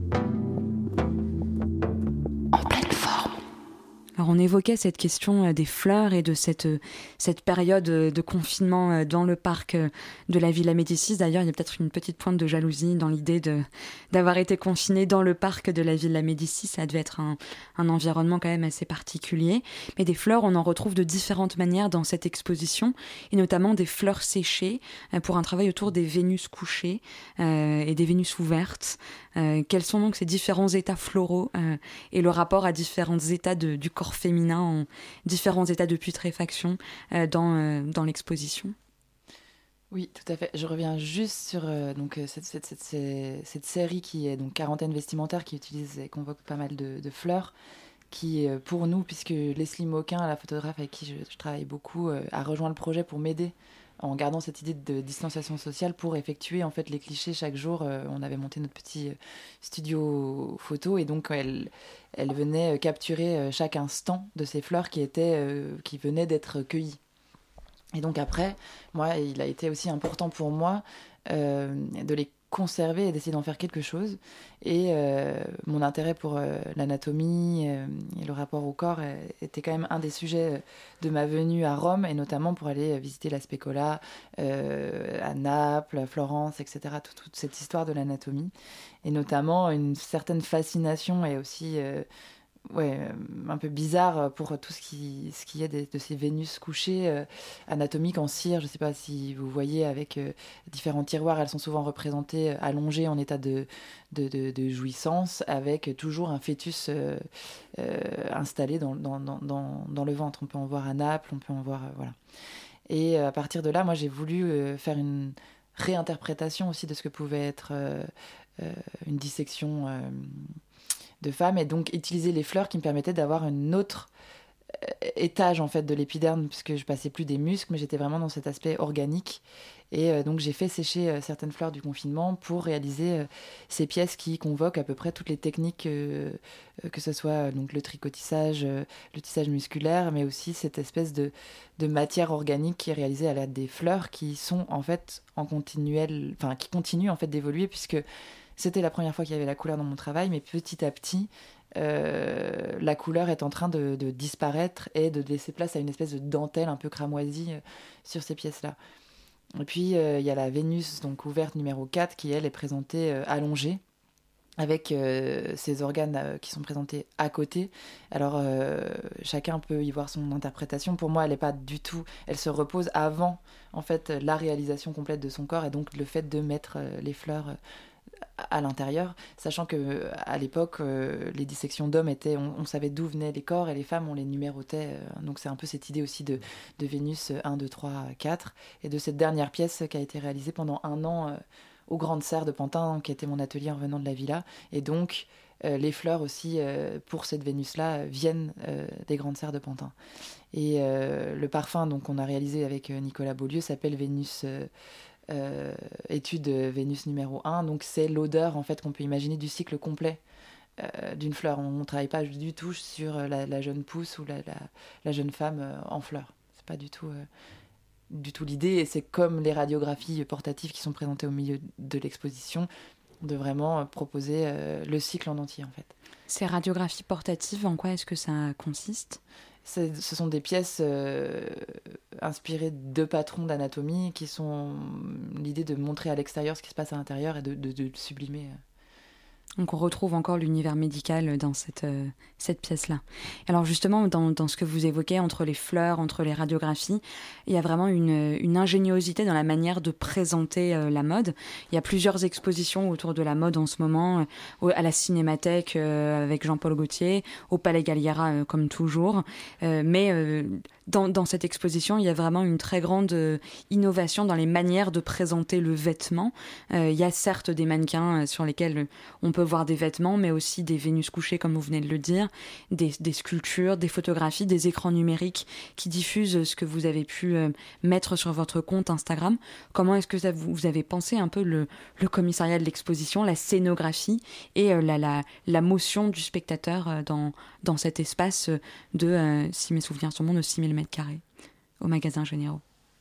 En pleine forme. Alors on évoquait cette question des fleurs et de cette, cette période de confinement dans le parc de la Villa Médicis. D'ailleurs, il y a peut-être une petite pointe de jalousie dans l'idée de, d'avoir été confiné dans le parc de la Villa Médicis. Ça devait être un, un environnement quand même assez particulier. Mais des fleurs, on en retrouve de différentes manières dans cette exposition, et notamment des fleurs séchées pour un travail autour des Vénus couchées euh, et des Vénus ouvertes. Euh, quels sont donc ces différents états floraux euh, et le rapport à différents états de, du corps féminin en différents états de putréfaction euh, dans, euh, dans l'exposition? Oui, tout à fait. Je reviens juste sur euh, donc, cette, cette, cette, cette, cette série qui est donc Quarantaine vestimentaire, qui utilise et convoque pas mal de, de fleurs, qui, euh, pour nous, puisque Leslie Moquin, la photographe avec qui je, je travaille beaucoup, euh, a rejoint le projet pour m'aider en gardant cette idée de distanciation sociale pour effectuer en fait les clichés chaque jour. Euh, on avait monté notre petit studio photo et donc elle, elle venait capturer chaque instant de ces fleurs qui, étaient, euh, qui venaient d'être cueillies. Et donc après, moi, il a été aussi important pour moi euh, de les conserver et d'essayer d'en faire quelque chose. Et euh, mon intérêt pour euh, l'anatomie euh, et le rapport au corps euh, était quand même un des sujets de ma venue à Rome, et notamment pour aller visiter la Specola, euh, à Naples, à Florence, et cetera. Toute, toute cette histoire de l'anatomie. Et notamment une certaine fascination et aussi... Euh, ouais, un peu bizarre pour tout ce qui, ce qui est de, de ces Vénus couchées euh, anatomiques en cire. Je ne sais pas si vous voyez avec euh, différents tiroirs, elles sont souvent représentées euh, allongées en état de, de, de, de jouissance, avec toujours un fœtus euh, euh, installé dans, dans, dans, dans le ventre. On peut en voir à Naples, on peut en voir... Euh, voilà. Et euh, à partir de là, moi, j'ai voulu euh, faire une réinterprétation aussi de ce que pouvait être euh, euh, une dissection... Euh, de femmes, et donc utiliser les fleurs qui me permettaient d'avoir un autre étage en fait de l'épiderme, puisque je passais plus des muscles, mais j'étais vraiment dans cet aspect organique. Et euh, donc j'ai fait sécher euh, certaines fleurs du confinement pour réaliser euh, ces pièces qui convoquent à peu près toutes les techniques, euh, euh, que ce soit euh, donc le tricotissage, euh, le tissage musculaire, mais aussi cette espèce de, de matière organique qui est réalisée à l'aide des fleurs, qui sont en fait en continuel, enfin qui continuent en fait d'évoluer, puisque c'était la première fois qu'il y avait la couleur dans mon travail, mais petit à petit, euh, la couleur est en train de, de disparaître et de laisser place à une espèce de dentelle un peu cramoisie euh, sur ces pièces-là. Et puis, il euh, y a la Vénus, donc ouverte numéro quatre, qui, elle, est présentée euh, allongée, avec euh, ses organes euh, qui sont présentés à côté. Alors, euh, chacun peut y voir son interprétation. Pour moi, elle n'est pas du tout... Elle se repose avant, en fait, la réalisation complète de son corps, et donc le fait de mettre euh, les fleurs... Euh, à l'intérieur, sachant que à l'époque euh, les dissections d'hommes étaient, on, on savait d'où venaient les corps, et les femmes on les numérotait, euh, donc c'est un peu cette idée aussi de, de Vénus un, deux, trois, quatre, et de cette dernière pièce qui a été réalisée pendant un an euh, aux Grandes Serres de Pantin, qui était mon atelier en revenant de la villa, et donc euh, les fleurs aussi euh, pour cette Vénus là viennent euh, des Grandes Serres de Pantin. Et euh, le parfum donc qu'on a réalisé avec Nicolas Beaulieu s'appelle Vénus euh, Euh, étude Vénus numéro un, donc c'est l'odeur en fait qu'on peut imaginer du cycle complet euh, d'une fleur. On ne travaille pas du tout sur la, la jeune pousse ou la, la, la jeune femme euh, en fleurs. C'est pas du tout, euh, du tout l'idée, et c'est comme les radiographies portatives qui sont présentées au milieu de l'exposition, de vraiment proposer euh, le cycle en entier en fait. Ces radiographies portatives, en quoi est-ce que ça consiste ? C'est, ce sont des pièces euh, inspirées de patrons d'anatomie qui sont l'idée de montrer à l'extérieur ce qui se passe à l'intérieur et de, de, de sublimer. Donc on retrouve encore l'univers médical dans cette, euh, cette pièce-là. Alors justement, dans, dans ce que vous évoquez, entre les fleurs, entre les radiographies, il y a vraiment une, une ingéniosité dans la manière de présenter euh, la mode. Il y a plusieurs expositions autour de la mode en ce moment, euh, à la Cinémathèque euh, avec Jean-Paul Gaultier, au Palais Galliera euh, comme toujours. Euh, mais euh, dans, dans cette exposition, il y a vraiment une très grande euh, innovation dans les manières de présenter le vêtement. Euh, il y a certes des mannequins euh, sur lesquels on peut voir des vêtements, mais aussi des Vénus couchées, comme vous venez de le dire, des, des sculptures, des photographies, des écrans numériques qui diffusent ce que vous avez pu euh, mettre sur votre compte Instagram. Comment est-ce que ça, vous, vous avez pensé un peu le, le commissariat de l'exposition, la scénographie et euh, la, la, la motion du spectateur euh, dans, dans cet espace de, euh, si mes souvenirs sont bons, de six mille mètres carrés au magasin Généraux?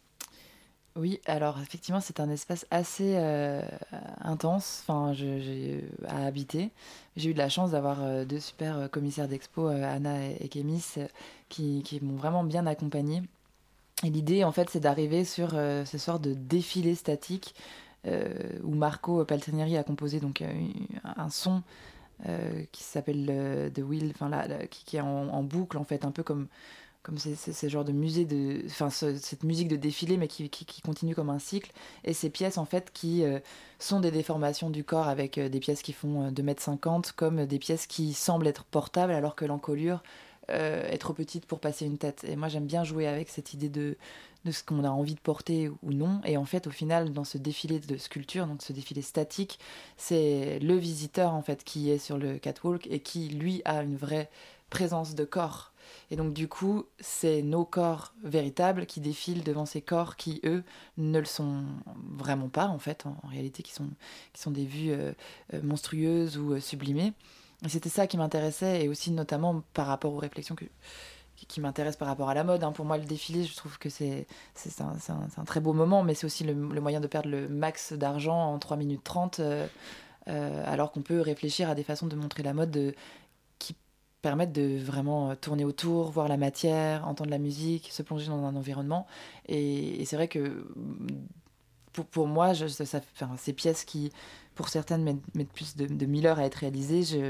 Oui, alors effectivement, c'est un espace assez euh, intense, enfin, je, j'ai, à habiter. J'ai eu de la chance d'avoir euh, deux super commissaires d'expo, euh, Anna et, et Kémis, euh, qui, qui m'ont vraiment bien accompagnée. Et l'idée, en fait, c'est d'arriver sur euh, ce sort de défilé statique euh, où Marco Paltrinieri a composé donc, euh, un son euh, qui s'appelle euh, The Wheel, enfin, là, là, qui, qui est en, en boucle, en fait, un peu comme... comme c'est, c'est, c'est genre de musée de, enfin ce, cette musique de défilé mais qui, qui, qui continue comme un cycle, et ces pièces en fait qui euh, sont des déformations du corps avec euh, des pièces qui font euh, deux mètres cinquante, comme des pièces qui semblent être portables alors que l'encolure euh, est trop petite pour passer une tête. Et moi j'aime bien jouer avec cette idée de, de ce qu'on a envie de porter ou non, et en fait au final dans ce défilé de sculpture, donc ce défilé statique, c'est le visiteur en fait qui est sur le catwalk et qui lui a une vraie présence de corps. Et donc du coup, c'est nos corps véritables qui défilent devant ces corps qui, eux, ne le sont vraiment pas, en fait, en, en réalité, qui sont, qui sont des vues euh, euh, monstrueuses ou euh, sublimées. Et c'était ça qui m'intéressait, et aussi notamment par rapport aux réflexions que, qui, qui m'intéressent par rapport à la mode. Hein. Pour moi, le défilé, je trouve que c'est, c'est, c'est, un, c'est, un, c'est un très beau moment, mais c'est aussi le, le moyen de perdre le max d'argent en trois minutes trente, euh, euh, alors qu'on peut réfléchir à des façons de montrer la mode de, permettre de vraiment tourner autour, voir la matière, entendre la musique, se plonger dans un environnement. Et, et c'est vrai que pour, pour moi, je, ça, ça, enfin, ces pièces qui, pour certaines, mettent, mettent plus de, de mille heures à être réalisées, je,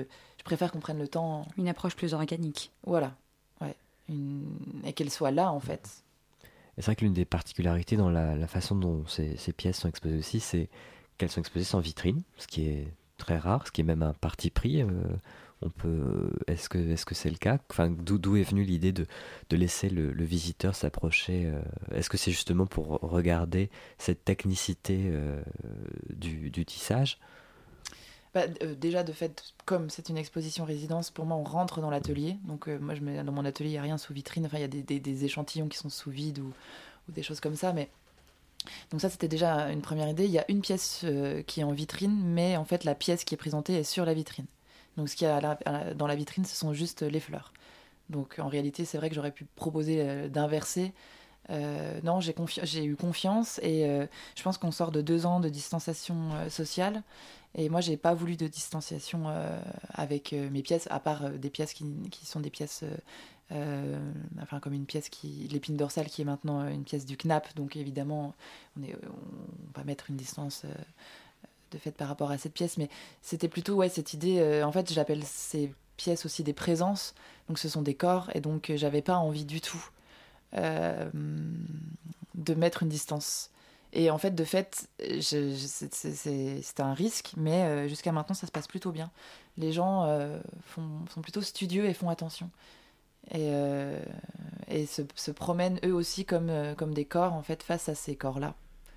je préfère qu'on prenne le temps. Une approche plus organique. Voilà, ouais. Une... Et qu'elle soit là, en fait. Et c'est vrai que l'une des particularités dans la, la façon dont ces, ces pièces sont exposées aussi, c'est qu'elles sont exposées sans vitrine, ce qui est très rare, ce qui est même un parti pris. Euh, on peut, est-ce que, est-ce que c'est le cas ? Enfin, d'où, d'où est venue l'idée de, de laisser le, le visiteur s'approcher euh, Est-ce que c'est justement pour regarder cette technicité euh, du, du tissage ? Bah, euh, déjà, de fait, comme c'est une exposition résidence, pour moi, on rentre dans l'atelier. Donc, euh, moi, je mets, dans mon atelier, il n'y a rien sous vitrine. Enfin, il y a des, des, des échantillons qui sont sous vide ou, ou des choses comme ça. Mais... Donc ça, c'était déjà une première idée. Il y a une pièce euh, qui est en vitrine, mais en fait, la pièce qui est présentée est sur la vitrine. Donc, ce qu'il y a à la, à la, dans la vitrine, ce sont juste les fleurs. Donc, en réalité, c'est vrai que j'aurais pu proposer euh, d'inverser. Euh, non, j'ai, confi- j'ai eu confiance et euh, je pense qu'on sort de deux ans de distanciation euh, sociale. Et moi, j'ai pas voulu de distanciation euh, avec euh, mes pièces, à part euh, des pièces qui, qui sont des pièces, euh, euh, enfin comme une pièce qui, l'épine dorsale qui est maintenant euh, une pièce du C N A P. Donc évidemment, on, est, on va mettre une distance euh, de fait par rapport à cette pièce. Mais c'était plutôt ouais cette idée. Euh, en fait, j'appelle ces pièces aussi des présences. Donc ce sont des corps et donc euh, j'avais pas envie du tout euh, de mettre une distance. Et en fait, de fait, je, je, c'est, c'est, c'est un risque, mais euh, jusqu'à maintenant, ça se passe plutôt bien. Les gens euh, font, sont plutôt studieux et font attention. Et, euh, et se, se promènent eux aussi comme, euh, comme des corps, en fait, face à ces corps-là.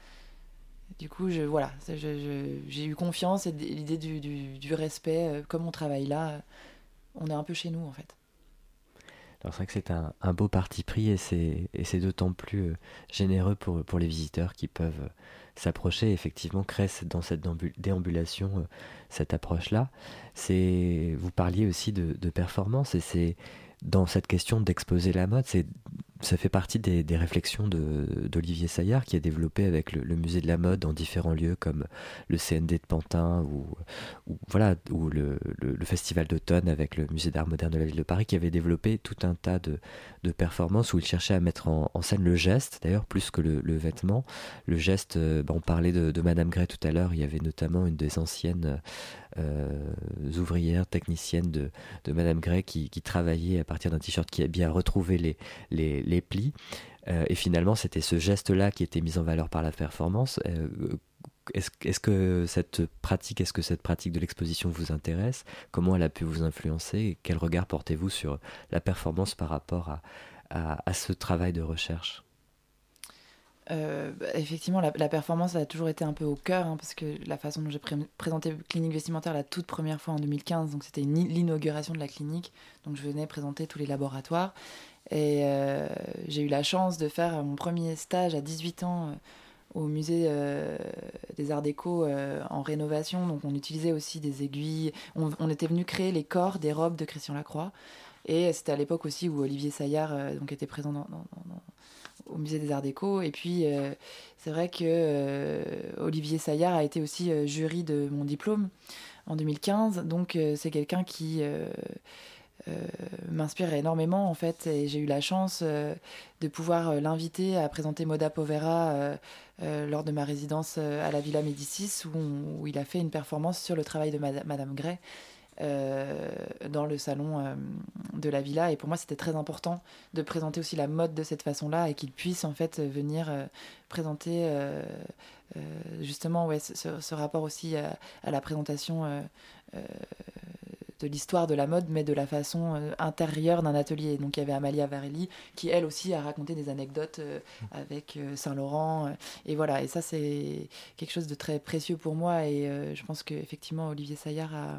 Du coup, je, voilà, je, je, j'ai eu confiance et l'idée du, du, du respect, euh, comme on travaille là, euh, on est un peu chez nous, en fait. Alors c'est vrai que c'est un, un beau parti pris et c'est, et c'est d'autant plus euh, généreux pour, pour les visiteurs qui peuvent euh, s'approcher et effectivement créer dans cette déambulation euh, cette approche-là. C'est, vous parliez aussi de, de performance et c'est dans cette question d'exposer la mode, c'est, ça fait partie des, des réflexions de, d'Olivier Saillard qui a développé avec le, le musée de la mode dans différents lieux comme le C N D de Pantin ou, ou, voilà, ou le, le, le festival d'automne avec le musée d'art moderne de la ville de Paris qui avait développé tout un tas de, de performances où il cherchait à mettre en, en scène le geste, d'ailleurs plus que le, le vêtement. Le geste, euh, bah on parlait de, de Madame Gray tout à l'heure, il y avait notamment une des anciennes euh, ouvrières, techniciennes de, de Madame Gray qui, qui travaillait à partir d'un t-shirt qui a bien retrouvé les, les, les plis. Euh, et finalement, c'était ce geste-là qui était mis en valeur par la performance. Euh, est-ce, est-ce que cette pratique, est-ce que cette pratique de l'exposition vous intéresse ? Comment elle a pu vous influencer ? Et quel regard portez-vous sur la performance par rapport à, à, à ce travail de recherche ? Euh, bah, effectivement, la, la performance a toujours été un peu au cœur, hein, parce que la façon dont j'ai pré- présenté Clinique Vestimentaire la toute première fois en deux mille quinze, donc c'était une, l'inauguration de la clinique, donc je venais présenter tous les laboratoires, et euh, j'ai eu la chance de faire mon premier stage à dix-huit ans euh, au musée euh, des Arts Déco euh, en rénovation, donc on utilisait aussi des aiguilles, on, on était venu créer les corps des robes de Christian Lacroix, et c'était à l'époque aussi où Olivier Saillard euh, donc était présent dans, dans, dans au musée des Arts Déco. Et puis euh, c'est vrai que euh, Olivier Saillard a été aussi euh, jury de mon diplôme en deux mille quinze, donc euh, c'est quelqu'un qui euh, euh, m'inspire énormément en fait, et j'ai eu la chance euh, de pouvoir euh, l'inviter à présenter Moda Povera euh, euh, lors de ma résidence euh, à la Villa Médicis où, on, où il a fait une performance sur le travail de Mad- Madame Gray Euh, dans le salon euh, de la villa, et pour moi c'était très important de présenter aussi la mode de cette façon-là et qu'il puisse en fait venir euh, présenter euh, euh, justement ouais, ce, ce rapport aussi à, à la présentation euh, euh, de l'histoire de la mode, mais de la façon euh, intérieure d'un atelier. Donc il y avait Amalia Varelli qui elle aussi a raconté des anecdotes euh, avec euh, Saint-Laurent, euh, et voilà, et ça c'est quelque chose de très précieux pour moi, et euh, je pense qu'effectivement Olivier Saillard a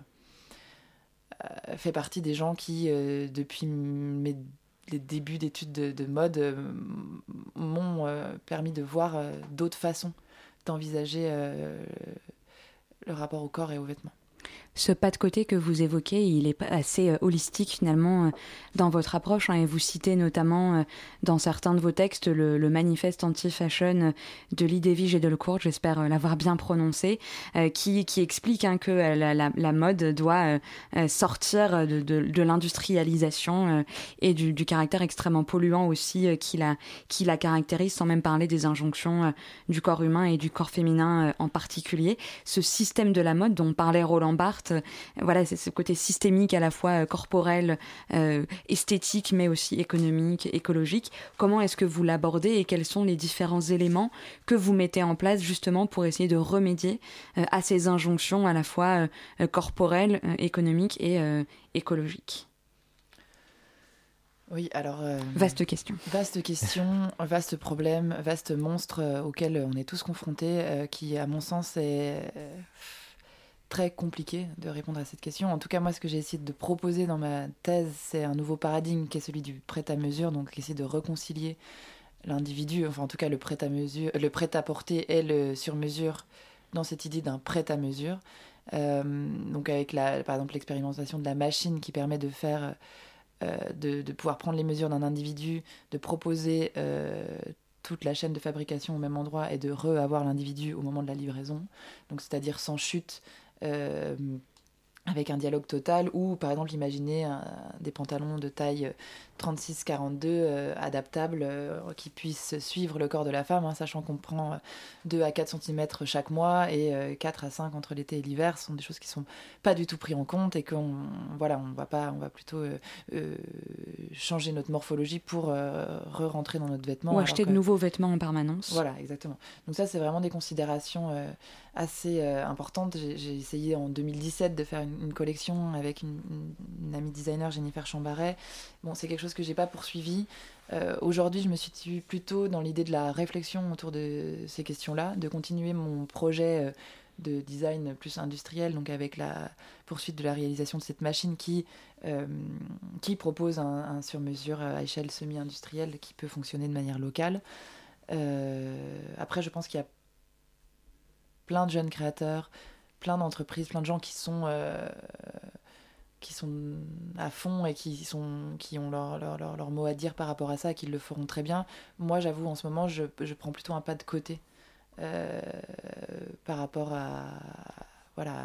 fait partie des gens qui, euh, depuis mes les débuts d'études de, de mode, euh, m'ont euh, permis de voir euh, d'autres façons d'envisager euh, le rapport au corps et aux vêtements. Ce pas de côté que vous évoquez, il est assez euh, holistique finalement euh, dans votre approche, hein, et vous citez notamment euh, dans certains de vos textes le, le manifeste anti-fashion de Lee Davidge et Delcourt, j'espère euh, l'avoir bien prononcé, euh, qui, qui explique hein, que euh, la, la, la mode doit euh, sortir de, de, de l'industrialisation euh, et du, du caractère extrêmement polluant aussi euh, qui, la, qui la caractérise, sans même parler des injonctions euh, du corps humain et du corps féminin euh, en particulier. Ce système de la mode dont parlait Roland Barthes art. Euh, voilà, c'est ce côté systémique à la fois euh, corporel, euh, esthétique, mais aussi économique, écologique. Comment est-ce que vous l'abordez et quels sont les différents éléments que vous mettez en place justement pour essayer de remédier euh, à ces injonctions à la fois euh, corporelles, euh, économiques et euh, écologiques? Oui, alors... Euh, vaste question. Vaste question, vaste problème, vaste monstre euh, auquel on est tous confrontés, euh, qui, à mon sens, est euh, très compliqué de répondre à cette question. En tout cas, moi, ce que j'ai essayé de proposer dans ma thèse, c'est un nouveau paradigme qui est celui du prêt-à-mesure, donc essayer de réconcilier l'individu, enfin en tout cas le prêt-à-mesure, le prêt-à-porter et le sur-mesure dans cette idée d'un prêt-à-mesure. Euh, donc avec, la, par exemple, l'expérimentation de la machine qui permet de faire... Euh, de, de pouvoir prendre les mesures d'un individu, de proposer euh, toute la chaîne de fabrication au même endroit et de re-avoir l'individu au moment de la livraison, donc c'est-à-dire sans chute, euh, avec un dialogue total, ou par exemple imaginer un, des pantalons de taille trente-six quarante-deux euh, adaptables euh, qui puissent suivre le corps de la femme, hein, sachant qu'on prend deux à quatre centimètres chaque mois et euh, quatre à cinq entre l'été et l'hiver. Ce sont des choses qui ne sont pas du tout prises en compte et qu'on voilà, on va pas, on va plutôt euh, euh, changer notre morphologie pour euh, re-rentrer dans notre vêtement. Ou acheter que... de nouveaux vêtements en permanence. Voilà, exactement. Donc ça, c'est vraiment des considérations euh, assez euh, importantes. J'ai, j'ai essayé en deux mille dix-sept de faire une, une collection avec une, une, une amie designer, Jennifer Chambaret. Bon, c'est quelque chose que j'ai pas poursuivi. Euh, aujourd'hui, je me situe plutôt dans l'idée de la réflexion autour de ces questions-là, de continuer mon projet euh, de design plus industriel, donc avec la poursuite de la réalisation de cette machine qui, euh, qui propose un, un sur-mesure à échelle semi-industrielle qui peut fonctionner de manière locale. Euh, après, je pense qu'il y a plein de jeunes créateurs, plein d'entreprises, plein de gens qui sont... Euh, qui sont à fond et qui, sont, qui ont leur, leur, leur, leur mot à dire par rapport à ça, qui le feront très bien. Moi, j'avoue, en ce moment, je, je prends plutôt un pas de côté euh, par rapport à, voilà,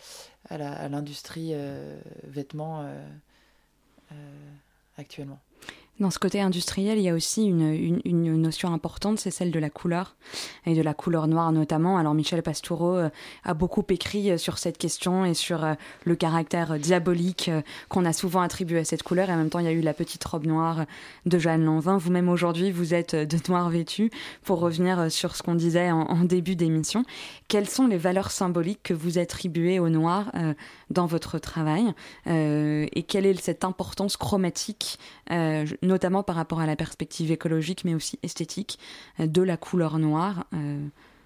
à, la, à l'industrie euh, vêtements euh, euh, actuellement. Dans ce côté industriel, il y a aussi une, une, une notion importante, c'est celle de la couleur, et de la couleur noire notamment. Alors Michel Pastoureau euh, a beaucoup écrit sur cette question et sur euh, le caractère diabolique euh, qu'on a souvent attribué à cette couleur. Et en même temps, il y a eu la petite robe noire de Jeanne Lanvin. Vous-même aujourd'hui, vous êtes de noir vêtu. Pour revenir sur ce qu'on disait en, en début d'émission, quelles sont les valeurs symboliques que vous attribuez au noir euh, dans votre travail euh, et quelle est cette importance chromatique euh, notamment par rapport à la perspective écologique, mais aussi esthétique, euh, de la couleur noire euh,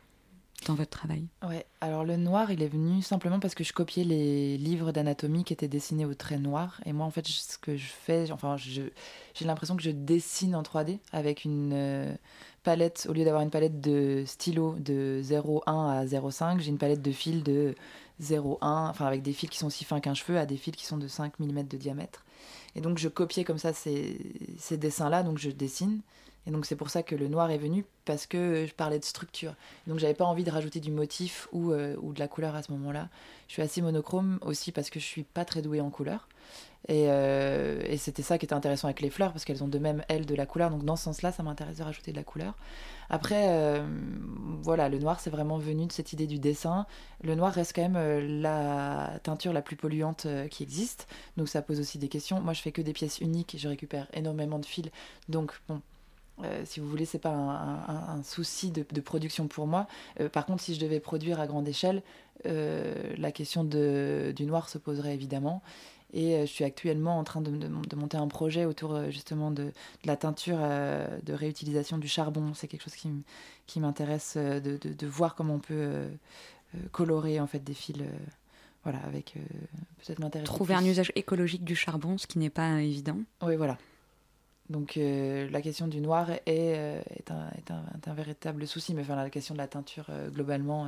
dans votre travail? Ouais, alors le noir, il est venu simplement parce que je copiais les livres d'anatomie qui étaient dessinés au trait noir. Et moi, en fait, ce que je fais, enfin, je, j'ai l'impression que je dessine en trois D avec une euh, palette, au lieu d'avoir une palette de stylos de zéro virgule un à zéro virgule cinq, j'ai une palette de fils de zéro virgule un, enfin, avec des fils qui sont aussi fins qu'un cheveu, à des fils qui sont de cinq millimètres de diamètre. Et donc, je copiais comme ça ces, ces dessins-là, donc je dessine. Et donc, c'est pour ça que le noir est venu, parce que je parlais de structure. Donc, j'avais pas envie de rajouter du motif ou, euh, ou de la couleur à ce moment-là. Je suis assez monochrome aussi parce que je suis pas très douée en couleur. Et, euh, et c'était ça qui était intéressant avec les fleurs, parce qu'elles ont de même, elles, de la couleur. Donc, dans ce sens-là, ça m'intéresse de rajouter de la couleur. Après, euh, voilà, le noir, c'est vraiment venu de cette idée du dessin. Le noir reste quand même euh, la teinture la plus polluante euh, qui existe. Donc, ça pose aussi des questions. Moi, je fais que des pièces uniques. Je récupère énormément de fils. Donc, bon... Euh, si vous voulez, c'est pas un, un, un souci de, de production pour moi. Euh, par contre, si je devais produire à grande échelle, euh, la question de, du noir se poserait évidemment. Et euh, je suis actuellement en train de, de, de monter un projet autour euh, justement de, de la teinture euh, de réutilisation du charbon. C'est quelque chose qui, m- qui m'intéresse euh, de, de, de voir comment on peut euh, euh, colorer en fait des fils. Euh, voilà, avec euh, peut-être m'intéresser. Trouver plus. un usage écologique du charbon, ce qui n'est pas évident. Oui, voilà. Donc euh, la question du noir est, euh, est, un, est, un, est un véritable souci, mais enfin, la question de la teinture euh, globalement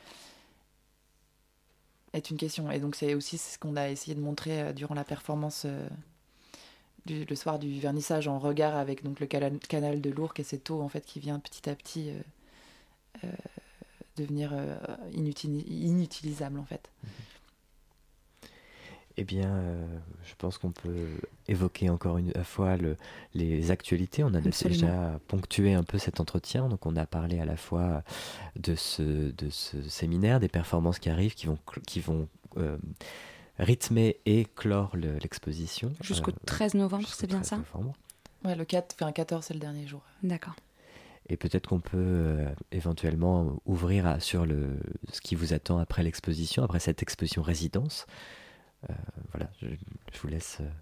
est, est une question. Et donc c'est aussi ce qu'on a essayé de montrer euh, durant la performance euh, du, le soir du vernissage, en regard avec donc, le canal, canal de l'Ourcq et cette eau en fait, qui vient petit à petit euh, euh, devenir euh, inutil, inutilisable en fait. Eh bien, euh, je pense qu'on peut évoquer encore une fois le, les actualités. On a Absolument. déjà ponctué un peu cet entretien. Donc, on a parlé à la fois de ce, de ce séminaire, des performances qui arrivent, qui vont, qui vont euh, rythmer et clore le, l'exposition. Jusqu'au euh, treize novembre, jusqu'au c'est bien treize ça novembre. Ouais, le quatre, enfin quatorze, c'est le dernier jour. D'accord. Et peut-être qu'on peut euh, éventuellement ouvrir à, sur le, ce qui vous attend après l'exposition, après cette exposition résidence. Euh, voilà, je, je vous laisse... Euh...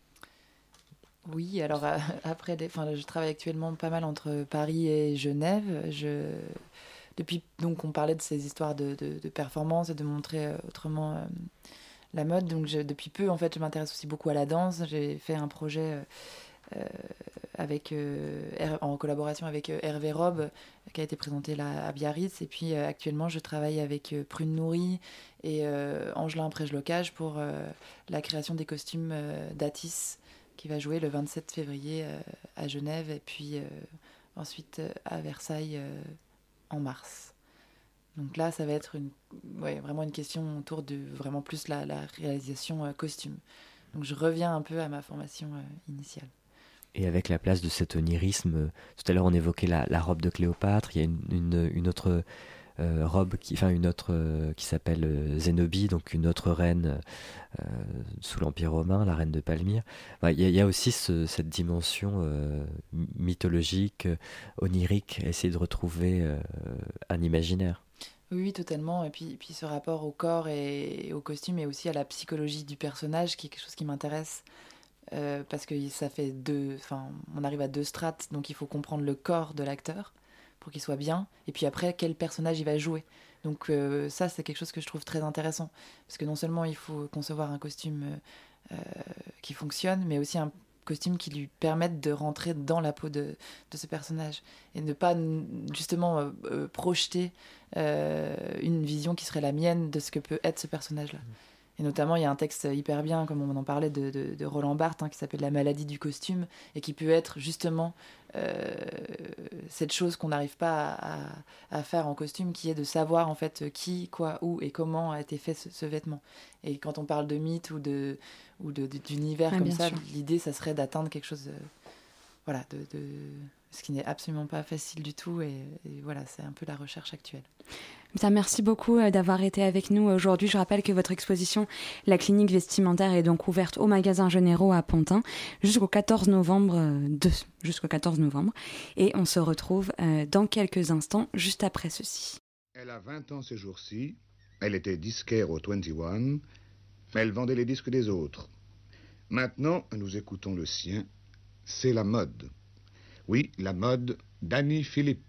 Oui, alors euh, après, les, enfin, je travaille actuellement pas mal entre Paris et Genève. Je, depuis, donc, on parlait de ces histoires de, de, de performance et de montrer euh, autrement euh, la mode. Donc, je, depuis peu, en fait, je m'intéresse aussi beaucoup à la danse. J'ai fait un projet euh, euh, avec, euh, Her- en collaboration avec euh, Hervé Robe, qui a été présenté là à Biarritz. Et puis, euh, actuellement, je travaille avec euh, Prune Nourri et euh, Angelin Prège-Locage pour euh, la création des costumes euh, d'Atis, qui va jouer le vingt-sept février euh, à Genève et puis euh, ensuite euh, à Versailles euh, en mars. Donc là, ça va être une, ouais, vraiment une question autour de vraiment plus la, la réalisation euh, costume. Donc je reviens un peu à ma formation euh, initiale. Et avec la place de cet onirisme, euh, tout à l'heure on évoquait la, la robe de Cléopâtre, il y a une, une, une autre euh, robe, qui, enfin une autre euh, qui s'appelle euh, Zénobie, donc une autre reine euh, sous l'Empire romain, la reine de Palmyre. Enfin, il, y a, il y a aussi ce, cette dimension euh, mythologique, euh, onirique, essayer de retrouver euh, un imaginaire. Oui, oui, totalement. Et puis, puis ce rapport au corps et, et au costume et aussi à la psychologie du personnage, qui est quelque chose qui m'intéresse. Euh, parce que ça fait deux, enfin, on arrive à deux strates, donc il faut comprendre le corps de l'acteur pour qu'il soit bien, et puis après quel personnage il va jouer. Donc euh, ça, c'est quelque chose que je trouve très intéressant, parce que non seulement il faut concevoir un costume euh, qui fonctionne, mais aussi un costume qui lui permette de rentrer dans la peau de, de ce personnage et ne pas justement euh, euh, projeter euh, une vision qui serait la mienne de ce que peut être ce personnage-là. Mmh. Et notamment, il y a un texte hyper bien, comme on en parlait, de, de, de Roland Barthes, hein, qui s'appelle « La maladie du costume », et qui peut être justement euh, cette chose qu'on n'arrive pas à, à, à faire en costume, qui est de savoir en fait qui, quoi, où et comment a été fait ce, ce vêtement. Et quand on parle de mythe ou, de, ou de, de, d'univers ah, comme ça, sûr. L'idée, ça serait d'atteindre quelque chose, de, voilà, de, de, ce qui n'est absolument pas facile du tout. Et, et voilà, c'est un peu la recherche actuelle. Bien, merci beaucoup d'avoir été avec nous aujourd'hui. Je rappelle que votre exposition La clinique vestimentaire est donc ouverte au magasin Généraux à Pantin jusqu'au quatorze novembre, de, jusqu'au quatorze novembre. Et on se retrouve dans quelques instants, juste après ceci. Elle a vingt ans ces jours-ci. Elle était disquaire au vingt et un, mais elle vendait les disques des autres. Maintenant, nous écoutons le sien. C'est la mode. Oui, la mode d'Annie Philippe.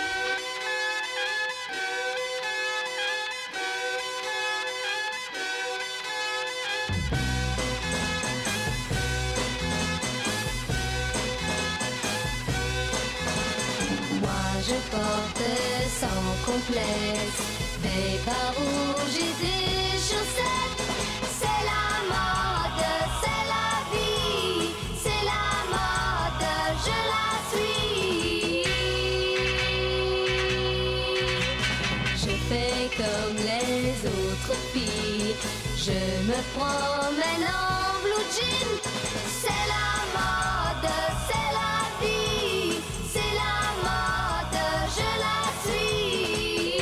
Je porte sans complexe des bas rouges et des chaussettes. C'est la mode, c'est la vie, c'est la mode, je la suis. Je fais comme les autres filles, je me promène en blue jean. C'est la mode, c'est la vie, c'est la mode, je la suis.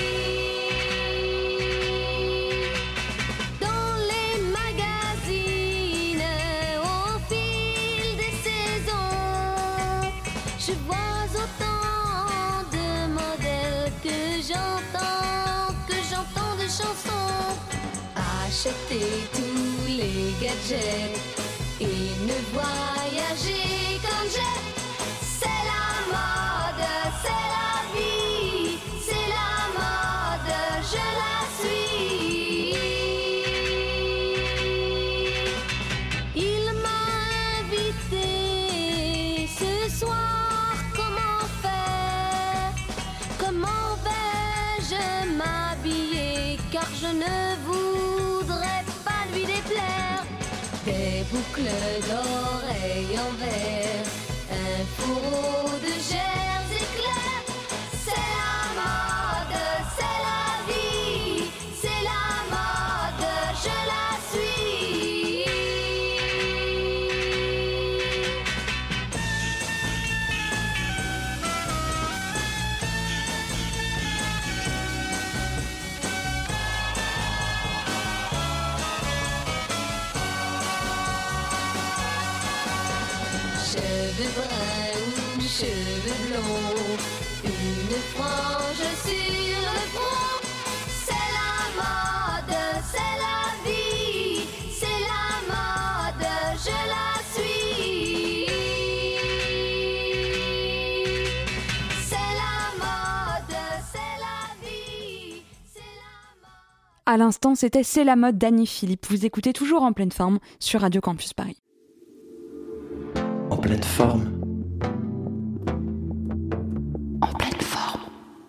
Dans les magazines, au fil des saisons, je vois autant de modèles que j'entends, que j'entends de chansons. Acheter tous les gadgets et ne voyager comme j'ai. C'est la mode, c'est la vie, c'est la mode, je la suis. Il m'a invité ce soir, comment faire? Comment vais-je m'habiller? Car je ne voudrais pas lui déplaire. Des boucles d'oreilles en verre, un fourreau de gerbes éclairs. C'est la mode, c'est la vie, c'est la mode, je la suis. cheveux bruns ou cheveux blonds, une frange sur le front. C'est la mode, c'est la vie, c'est la mode, je la suis. C'est la mode, c'est la vie, c'est la mode. À l'instant, c'était C'est la mode d'Annie Philippe. Vous écoutez toujours En pleine forme sur Radio Campus Paris. En pleine forme. En pleine forme.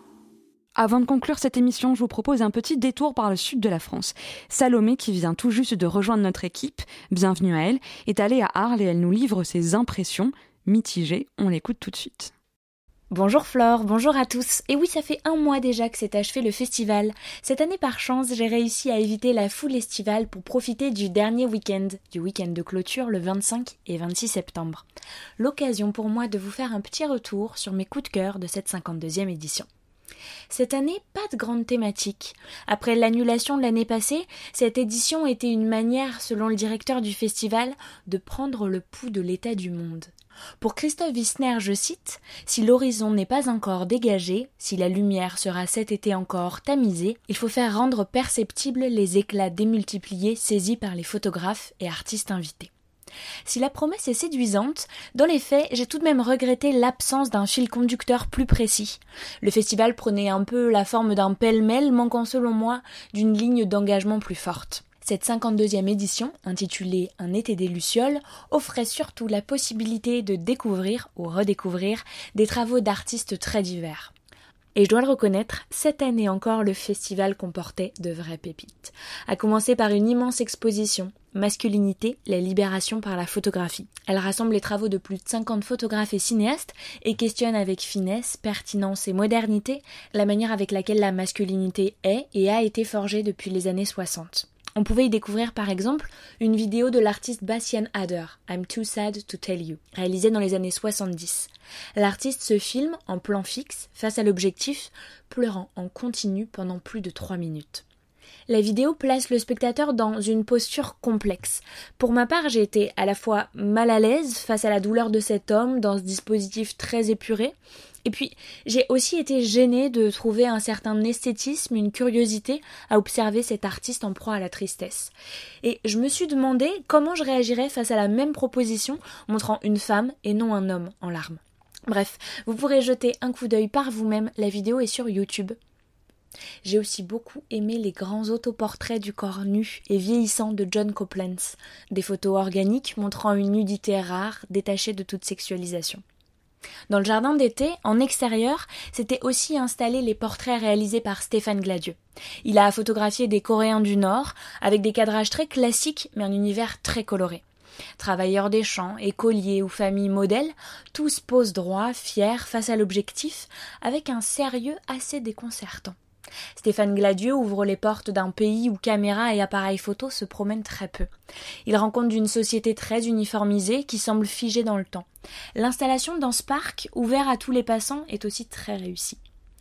Avant de conclure cette émission, je vous propose un petit détour par le sud de la France. Salomé, qui vient tout juste de rejoindre notre équipe, bienvenue à elle, est allée à Arles et elle nous livre ses impressions mitigées. On l'écoute tout de suite. Bonjour Flore, bonjour à tous. Et oui, ça fait un mois déjà que s'est achevé le festival. Cette année, par chance, j'ai réussi à éviter la foule estivale pour profiter du dernier week-end, du week-end de clôture le vingt-cinq et vingt-six septembre. L'occasion pour moi de vous faire un petit retour sur mes coups de cœur de cette cinquante-deuxième édition. Cette année, pas de grande thématique. Après l'annulation de l'année passée, cette édition était une manière, selon le directeur du festival, de prendre le pouls de l'état du monde. Pour Christophe Wissner, je cite, « Si l'horizon n'est pas encore dégagé, si la lumière sera cet été encore tamisée, il faut faire rendre perceptibles les éclats démultipliés saisis par les photographes et artistes invités. » Si la promesse est séduisante, dans les faits, j'ai tout de même regretté l'absence d'un fil conducteur plus précis. Le festival prenait un peu la forme d'un pêle-mêle, manquant selon moi d'une ligne d'engagement plus forte. Cette cinquante-deuxième édition, intitulée « Un été des Lucioles », offrait surtout la possibilité de découvrir ou redécouvrir des travaux d'artistes très divers. Et je dois le reconnaître, cette année encore, le festival comportait de vraies pépites. À commencer par une immense exposition, Masculinité, la libération par la photographie. Elle rassemble les travaux de plus de cinquante photographes et cinéastes et questionne avec finesse, pertinence et modernité la manière avec laquelle la masculinité est et a été forgée depuis les années soixante. On pouvait y découvrir par exemple une vidéo de l'artiste Bastian Hader, I'm Too Sad to Tell You, réalisée dans les années soixante-dix. L'artiste se filme en plan fixe, face à l'objectif, pleurant en continu pendant plus de trois minutes. La vidéo place le spectateur dans une posture complexe. Pour ma part, j'ai été à la fois mal à l'aise face à la douleur de cet homme dans ce dispositif très épuré, et puis j'ai aussi été gênée de trouver un certain esthétisme, une curiosité à observer cet artiste en proie à la tristesse. Et je me suis demandé comment je réagirais face à la même proposition montrant une femme et non un homme en larmes. Bref, vous pourrez jeter un coup d'œil par vous-même, la vidéo est sur YouTube. J'ai aussi beaucoup aimé les grands autoportraits du corps nu et vieillissant de John Copeland, des photos organiques montrant une nudité rare, détachée de toute sexualisation. Dans le jardin d'été, en extérieur, s'étaient aussi installés les portraits réalisés par Stéphane Gladieux. Il a photographié des Coréens du Nord, avec des cadrages très classiques, mais un univers très coloré. Travailleurs des champs, écoliers ou familles modèles, tous posent droit, fiers, face à l'objectif, avec un sérieux assez déconcertant. Stéphane Gladieux ouvre les portes d'un pays où caméra et appareil photo se promènent très peu. Il rend compte d'une société très uniformisée qui semble figée dans le temps. L'installation dans ce parc, ouvert à tous les passants, est aussi très réussie.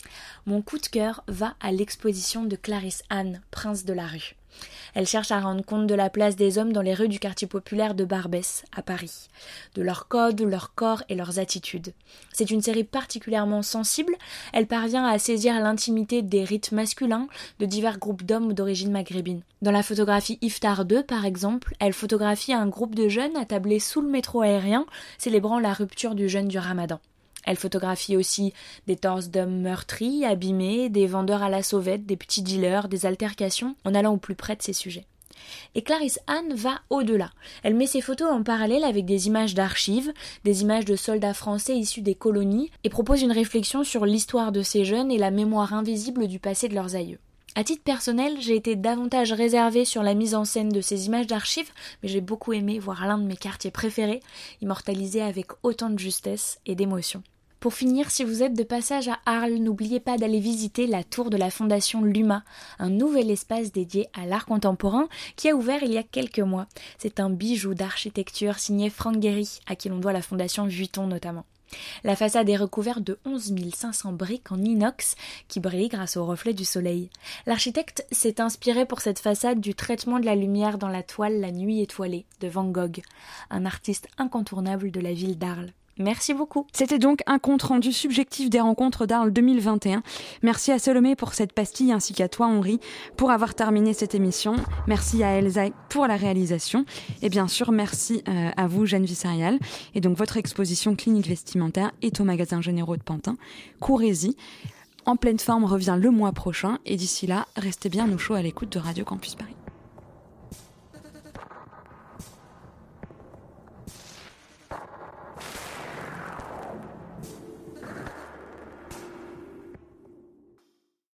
Mon coup de cœur va à l'exposition de Clarisse Anne, Prince de la rue. Elle cherche à rendre compte de la place des hommes dans les rues du quartier populaire de Barbès, à Paris, de leurs codes, leurs corps et leurs attitudes. C'est une série particulièrement sensible, elle parvient à saisir l'intimité des rites masculins de divers groupes d'hommes d'origine maghrébine. Dans la photographie Iftar deux, par exemple, elle photographie un groupe de jeunes attablés sous le métro aérien, célébrant la rupture du jeûne du Ramadan. Elle photographie aussi des torses d'hommes meurtris, abîmés, des vendeurs à la sauvette, des petits dealers, des altercations, en allant au plus près de ces sujets. Et Clarisse Anne va au-delà. Elle met ses photos en parallèle avec des images d'archives, des images de soldats français issus des colonies, et propose une réflexion sur l'histoire de ces jeunes et la mémoire invisible du passé de leurs aïeux. À titre personnel, j'ai été davantage réservée sur la mise en scène de ces images d'archives, mais j'ai beaucoup aimé voir l'un de mes quartiers préférés immortalisé avec autant de justesse et d'émotion. Pour finir, si vous êtes de passage à Arles, n'oubliez pas d'aller visiter la tour de la Fondation Luma, un nouvel espace dédié à l'art contemporain qui a ouvert il y a quelques mois. C'est un bijou d'architecture signé Franck Guéry, à qui l'on doit la Fondation Vuitton notamment. La façade est recouverte de onze mille cinq cents briques en inox qui brillent grâce au reflet du soleil. L'architecte s'est inspiré pour cette façade du traitement de la lumière dans la toile La Nuit étoilée de Van Gogh, un artiste incontournable de la ville d'Arles. Merci beaucoup. C'était donc un compte-rendu subjectif des rencontres d'Arles deux mille vingt et un. Merci à Salomé pour cette pastille ainsi qu'à toi Henri pour avoir terminé cette émission. Merci à Elsa pour la réalisation. Et bien sûr, merci euh, à vous Jeanne Vissarial. Et donc votre exposition clinique vestimentaire est au magasin Généraux de Pantin. Courez-y. En pleine forme revient le mois prochain. Et d'ici là, restez bien au chaud à l'écoute de Radio Campus Paris.